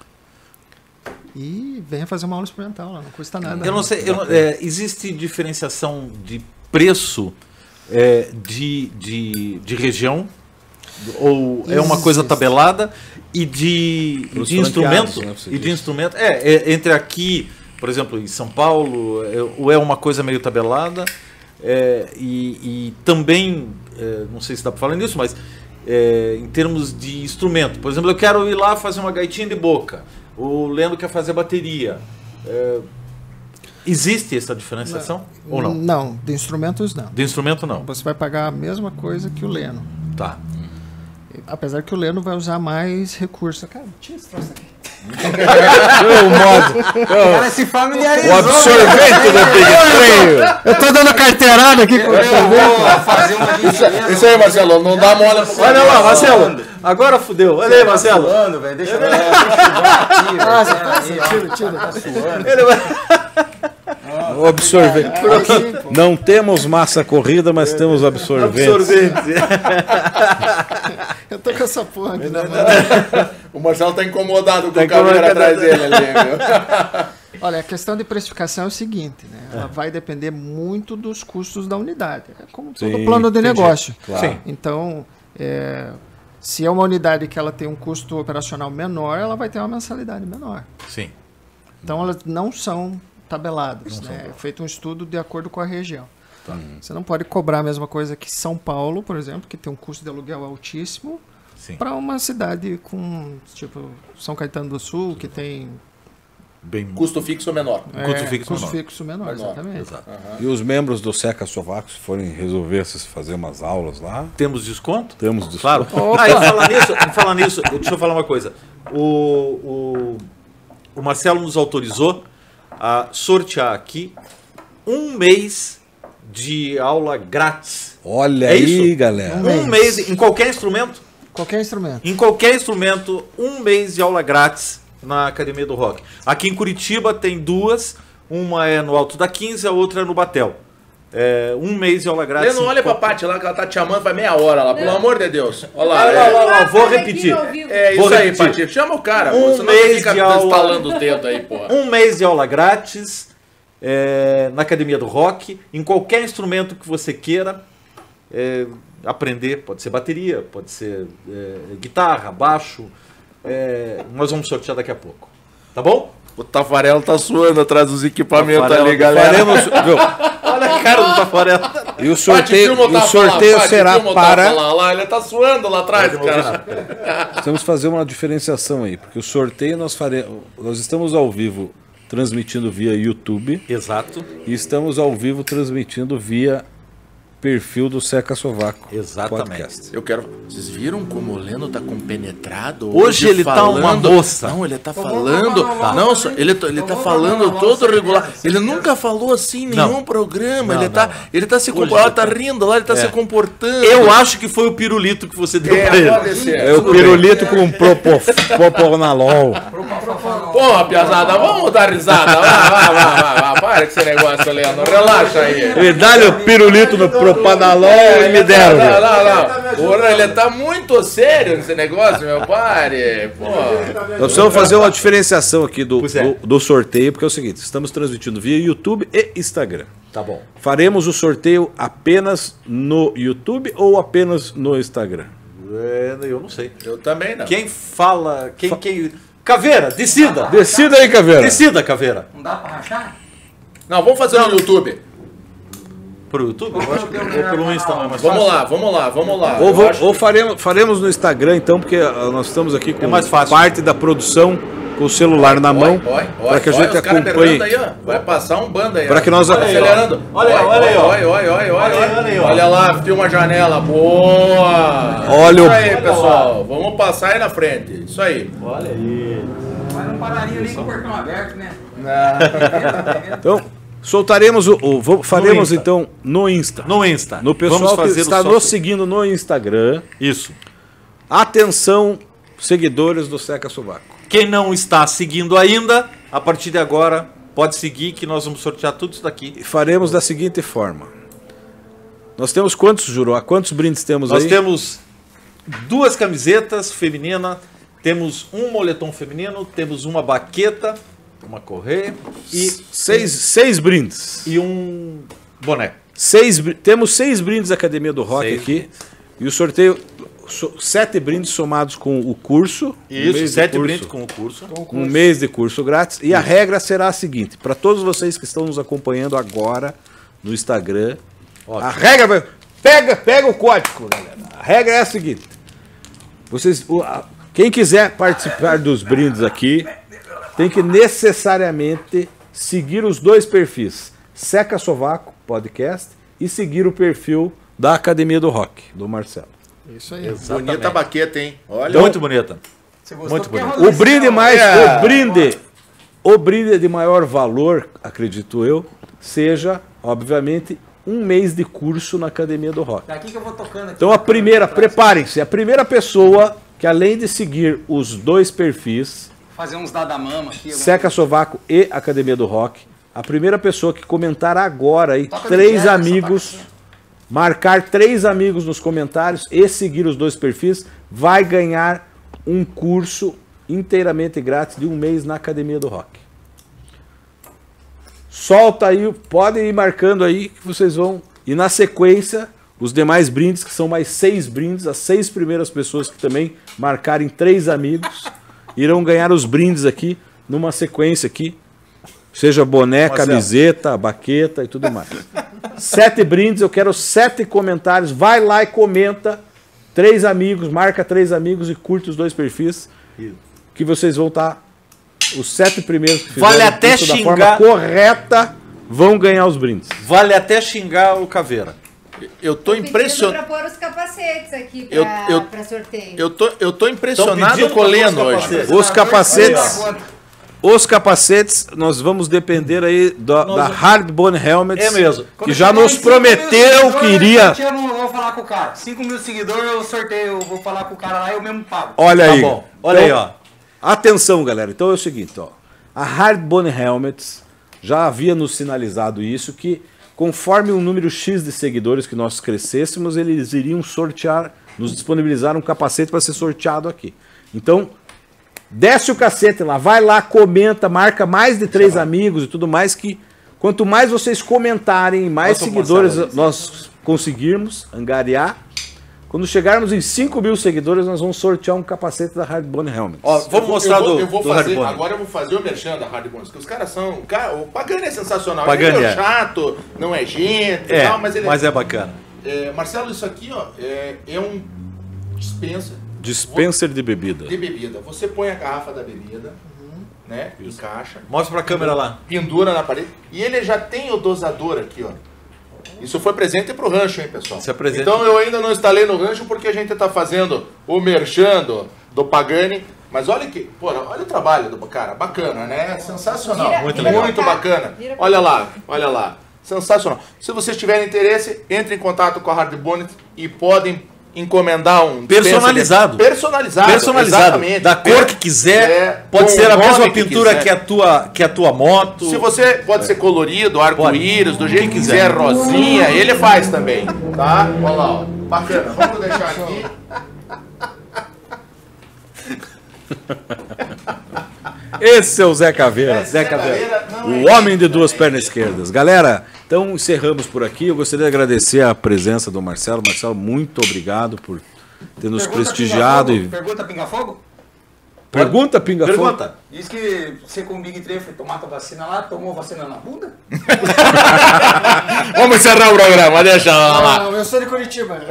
E venha fazer uma aula experimental lá, não custa nada. Eu não sei, eu não- é, existe diferenciação de preço é, de, de, de região? Ou é uma coisa Existe. tabelada e de, e Pros de instrumento? franqueados, né, você E de disse. instrumento. É, é, entre aqui, por exemplo, em São Paulo, é, ou é uma coisa meio tabelada, é, e, e também, é, não sei se dá para falar nisso, mas é, em termos de instrumento. Por exemplo, eu quero ir lá fazer uma gaitinha de boca. O Leandro quer fazer bateria. É, existe essa diferenciação? Ou não? Não, de instrumentos não. De instrumento não. Você vai pagar a mesma coisa que o Leno. Tá. Apesar que o Leno vai usar mais recursos. Cara, tira esse troço aqui. O modo, O cara se familiarizou. o absorvente do Big Trail. Eu tô dando carteirada aqui com o Eu vou fazer uma limpeza. Isso aí, Marcelo, não dá mole pro Olha lá, Marcelo. Agora fudeu. Olha aí, Marcelo. Suando, velho. Deixa eu ver. aqui, velho. Ah, você Pera passa, aí, ó. tira, tira. Tá suando. Ele vai... O absorvente. Não temos massa corrida, mas temos absorvente. Absorvente. Eu tô com essa porra aqui na mão. O Marcelo tá incomodado com Tá o caveiro incomodado. atrás dele ali, viu? Olha, a questão de precificação é o seguinte, né? Ela vai depender muito dos custos da unidade. É como todo Sim, plano de entendi. negócio. Claro. Sim. Então, é, se é uma unidade que ela tem um custo operacional menor, ela vai ter uma mensalidade menor. Sim. Então, elas não são tabeladas, Não né? são. É feito um estudo de acordo com a região. Tá. Você não pode cobrar a mesma coisa que São Paulo, por exemplo, que tem um custo de aluguel altíssimo, para uma cidade com, tipo, São Caetano do Sul, que tem... Bem... Custo fixo menor. É, custo fixo custo menor. fixo menor, menor. exatamente. Exato. Uhum. E os membros do Seca Sovaco, se forem resolver se fazer umas aulas lá... Temos desconto? Temos desconto. Claro. Ah, e falar nisso, falar nisso, deixa eu falar uma coisa. O, o, o Marcelo nos autorizou a sortear aqui um mês de aula grátis. Olha é aí, isso? galera. Um mês em qualquer instrumento? Qualquer instrumento. Em qualquer instrumento, um mês de aula grátis na Academia do Rock. Aqui em Curitiba tem duas, uma é no Alto da quinze, a outra é no Batel. É, um mês de aula grátis. Lê, não olha pra Paty lá, que ela tá te chamando faz meia hora lá, pelo amor de Deus. Olha lá. Lá, lá, lá, lá, vou repetir. É isso Vou aí, repetir. Paty. Chama o cara, Um você não mês fica de aula- instalando o dedo aí, porra. Um mês de aula grátis é, na Academia do Rock, em qualquer instrumento que você queira é, aprender. Pode ser bateria, pode ser é, guitarra, baixo. É, nós vamos sortear daqui a pouco. Tá bom? O Tafarel tá suando atrás dos equipamentos Tafarel, ali, galera. Faremos, viu? Olha a cara do Tafarel. E o Paty, sorteio, filma o Tafa sorteio lá, Paty, será filma o para... Tafa Lá, lá, ele tá suando lá atrás, cara. Temos que fazer uma diferenciação aí, porque o sorteio nós faremos... Nós estamos ao vivo transmitindo via YouTube Exato. e estamos ao vivo transmitindo via perfil do Seca Sovaco. Exatamente. Podcast. Eu quero... Vocês viram como o Leno tá compenetrado? Hoje ele tá uma moça. Não, ele tá falando... Não, só, ele, tá- ele tá falando todo regular. Ele nunca falou assim em nenhum Não. programa. Não, ele, não, tá, não. ele tá se Hoje comportando, ele tá tá- rindo lá, ele tá É. se comportando. Eu acho que foi o pirulito que você deu É, pra ele. pode ser. É o Tudo bem. pirulito com propo- proponalol. Porra, piazada, vamos dar risada. Vai, vai, vai, vai, vai. Para com esse negócio, Leno. Relaxa aí. Ele dá-lhe o pirulito no propanalol É, e me deram. Não, velho. não, não. Porra, ele tá muito sério nesse negócio, meu pare. Porra. Nós precisamos fazer uma diferenciação aqui do, Pois é. do, do sorteio, porque é o seguinte, estamos transmitindo via YouTube e Instagram. Tá bom. Faremos o sorteio apenas no YouTube ou apenas no Instagram? É, eu não sei. Eu também não. Quem fala... Quem, quem... Caveira, decida. Decida aí, Caveira. Decida, Caveira. Não dá pra rachar? Não, vamos fazer no YouTube. Pro YouTube? Eu acho que ou pelo Insta não é mais Vamos fácil. lá, vamos lá, vamos lá. Ou, Eu vou- acho ou que- faremos, faremos no Instagram, então, porque ah, nós estamos aqui com É mais fácil. parte da produção com o celular na mão, Oi, oi, oi, para que a oi, gente os caras acompanhe. berrando aí, ó. Vai passar um bando aí. Para ó. que nós Vai ac- acelerando. Olha aí, Oi, olha aí, ó. oi, oi, oi, oi, Olha aí, olha aí, ó. Olha lá, filma a janela. Boa! Olha o- Isso aí, pessoal. Vamos passar aí na frente. Isso aí. Olha aí. Mas não pararia nem com o portão aberto, né? Então, soltaremos o. o- vou- faremos Insta. então no Insta. No Insta. No pessoal Vamos que fazer está o nos software. seguindo no Instagram. Isso. Atenção, seguidores do Seca Sovaco. Quem não está seguindo ainda, a partir de agora, pode seguir que nós vamos sortear tudo isso daqui. E faremos da seguinte forma. Nós temos quantos, Juró? Quantos brindes temos Nós aí? temos duas camisetas femininas, temos um moletom feminino, temos uma baqueta, uma correia e, Seis, seis brindes. e um boné. Seis, bri- temos seis brindes da Academia do Rock Seis aqui. E o sorteio, so- sete brindes somados com o curso. um mês Isso, de sete curso, brindes com o curso. Um mês de curso grátis. E a regra será a seguinte: para todos vocês que estão nos acompanhando agora no Instagram, a regra vai. Pega, pega o código, galera. A regra é a seguinte: vocês, o- a- quem quiser participar dos brindes aqui, tem que necessariamente seguir os dois perfis: Seca Sovaco Podcast e seguir o perfil da Academia do Rock, do Marcelo. Isso aí. Bonita a baqueta, hein? Olha. Então, muito bonita. Você gostou Muito porque é bonito. rosa O brinde especial. mais, É. o brinde, o brinde de maior valor, acredito eu, seja, obviamente, um mês de curso na Academia do Rock. Daqui que eu vou tocando aqui. Então a primeira, preparem-se, a primeira pessoa que além de seguir os dois perfis, Fazer uns dadamama aqui. Seca Sovaco e Academia do Rock, a primeira pessoa que comentar agora aí, Toca três Jackson, amigos, toca marcar três amigos nos comentários e seguir os dois perfis, vai ganhar um curso inteiramente grátis de um mês na Academia do Rock. Solta aí, podem ir marcando aí que vocês vão. E na sequência, os demais brindes, que são mais seis brindes, as seis primeiras pessoas que também marcarem três amigos, irão ganhar os brindes aqui, numa sequência aqui. Seja boné, Marcelo. camiseta, baqueta e tudo mais. Sete brindes, eu quero sete comentários. Vai lá e comenta. Três amigos, marca três amigos e curte os dois perfis. Que vocês vão estar... Os sete primeiros que Vale fizerem até isso da xingar. forma correta vão ganhar os brindes. Vale até xingar o Caveira. Eu tô impressionado. Pra pôr os capacetes aqui pra, Eu- eu- pra sorteio. Eu tô, eu tô impressionado pedindo com o pra Leno pôr os hoje. capacetes. Os capacetes, os capacetes, nós vamos depender aí da, da Hardbone Helmets, É mesmo. que já nos prometeu que iria... Eu não vou falar com o cara. cinco mil seguidores eu sorteio, eu vou falar com o cara lá e eu mesmo pago. Olha Tá aí. bom. Olha aí, ó. Atenção, galera. Então é o seguinte, ó. A Hardbone Helmets já havia nos sinalizado isso, que conforme o número X de seguidores que nós crescêssemos, eles iriam sortear, nos disponibilizar um capacete para ser sorteado aqui. Então, desce o cacete lá, vai lá, comenta, marca mais de três amigos e tudo mais, que quanto mais vocês comentarem, mais Quanto seguidores Marcelo, nós conseguirmos angariar, quando chegarmos em cinco mil seguidores, nós vamos sortear um capacete da Hardbone Helmets. Ó, Eu vamos vou- mostrar eu vou, do, eu vou do fazer, Hardbone. agora eu vou fazer o merchan da Hardbone, que os caras são... Cara, o Pagani é sensacional. Pagani ele é é. chato, não é gente e É, tal, mas ele mas é bacana. é... Marcelo, isso aqui, ó, é, é um dispenser Dispenser de bebida. de bebida. Você põe a garrafa da bebida, né, encaixa, Mostra pra câmera lá. pendura na parede, e ele já tem o dosador aqui, ó. Isso foi presente pro rancho, hein, pessoal? Isso é presente. Então eu ainda não instalei no rancho porque a gente tá fazendo o merchan do, do Pagani. Mas olha que, pô, olha o trabalho do cara, bacana, né? Sensacional. Vira- muito vira legal. pra Muito cá. bacana. Vira pra Olha cá. lá, olha lá. Sensacional. Se vocês tiverem interesse, entre em contato com a Hardbone e podem encomendar um Personalizado. Personalizado. Personalizado. Exatamente. Da cor que quiser. É, pode com ser o a mesma nome que pintura quiser. que, a tua, que a tua moto. Se você pode ser colorido, arco-íris, do jeito que quiser, rosinha, ele faz também, tá? Olha lá, ó. Bacana. Vamos deixar aqui. Esse é o Zé Caveira. Zé Caveira não O é homem de isso duas também. pernas esquerdas. Galera, então encerramos por aqui. Eu gostaria de agradecer a presença do Marcelo. Marcelo, muito obrigado por ter nos Pergunta prestigiado. Pinga E... Fogo? Pergunta Pinga Fogo? Pergunta, Pinga Fogo. Pergunta. Diz que você com o Big Tree foi tomar tua vacina lá, tomou vacina na bunda? Vamos encerrar o programa, deixa lá. Não, eu sou de Curitiba.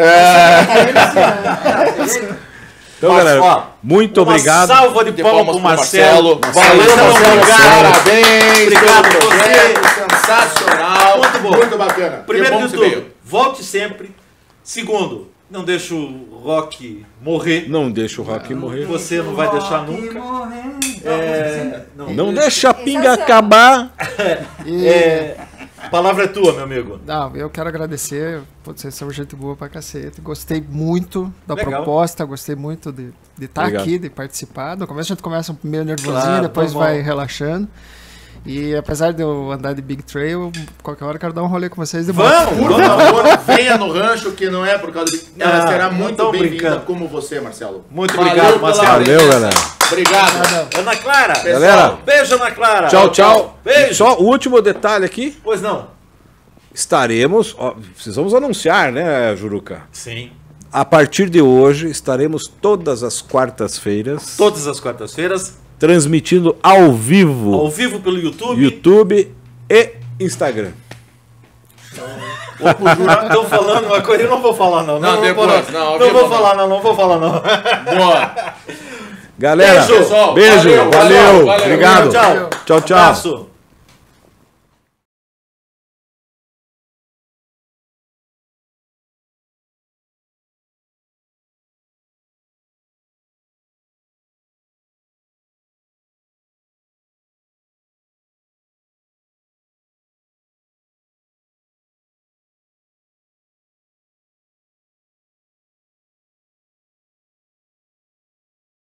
Então, Mas, galera, ó, muito uma obrigado. salva de palmas pro Marcelo. Valeu, Marcelo, Marcelo. obrigado. Parabéns. Obrigado pelo a você. projeto, sensacional. Muito bom. Muito bacana. Primeiro Que bom de que você tudo, veio. volte sempre. Segundo, não deixe o rock morrer. Não deixa o Rock morrer. Você não vai deixar nunca. É, não, Não deixa a pinga Sensacional. acabar. É, a palavra é tua, meu amigo. Não, eu quero agradecer. Putz, vocês são gente boa pra cacete. Gostei muito da Legal. proposta, gostei muito de estar Obrigado. aqui, de participar. No começo a gente começa meio nervosinho, Claro, depois normal. vai relaxando. E apesar de eu andar de Big Trail, qualquer hora eu quero dar um rolê com vocês de moto. Vamos! Por favor, venha no rancho, que não é por causa de... Ela Ah, será não muito tão bem-vinda brincando. como você, Marcelo. Muito Valeu obrigado, pela Marcelo. Valeu, presença. galera. Obrigado. Ana Clara. Galera. Beijo, Ana Clara. Tchau, tchau. Beijo. Só o último detalhe aqui. Pois não. Estaremos, ó, precisamos anunciar, né, Juruca? Sim. A partir de hoje, estaremos todas as quartas-feiras Todas as quartas-feiras, transmitindo ao vivo, ao vivo pelo YouTube. YouTube e Instagram. Estão falando uma coisa, eu não vou falar não. Não, vou depois, falar. não, ao Não vivo vou não. falar não, não vou falar não. Boa. Galera, Beijo, pessoal. beijo, Valeu, valeu, valeu, valeu. obrigado. Tchau. Tchau, tchau. Abraço.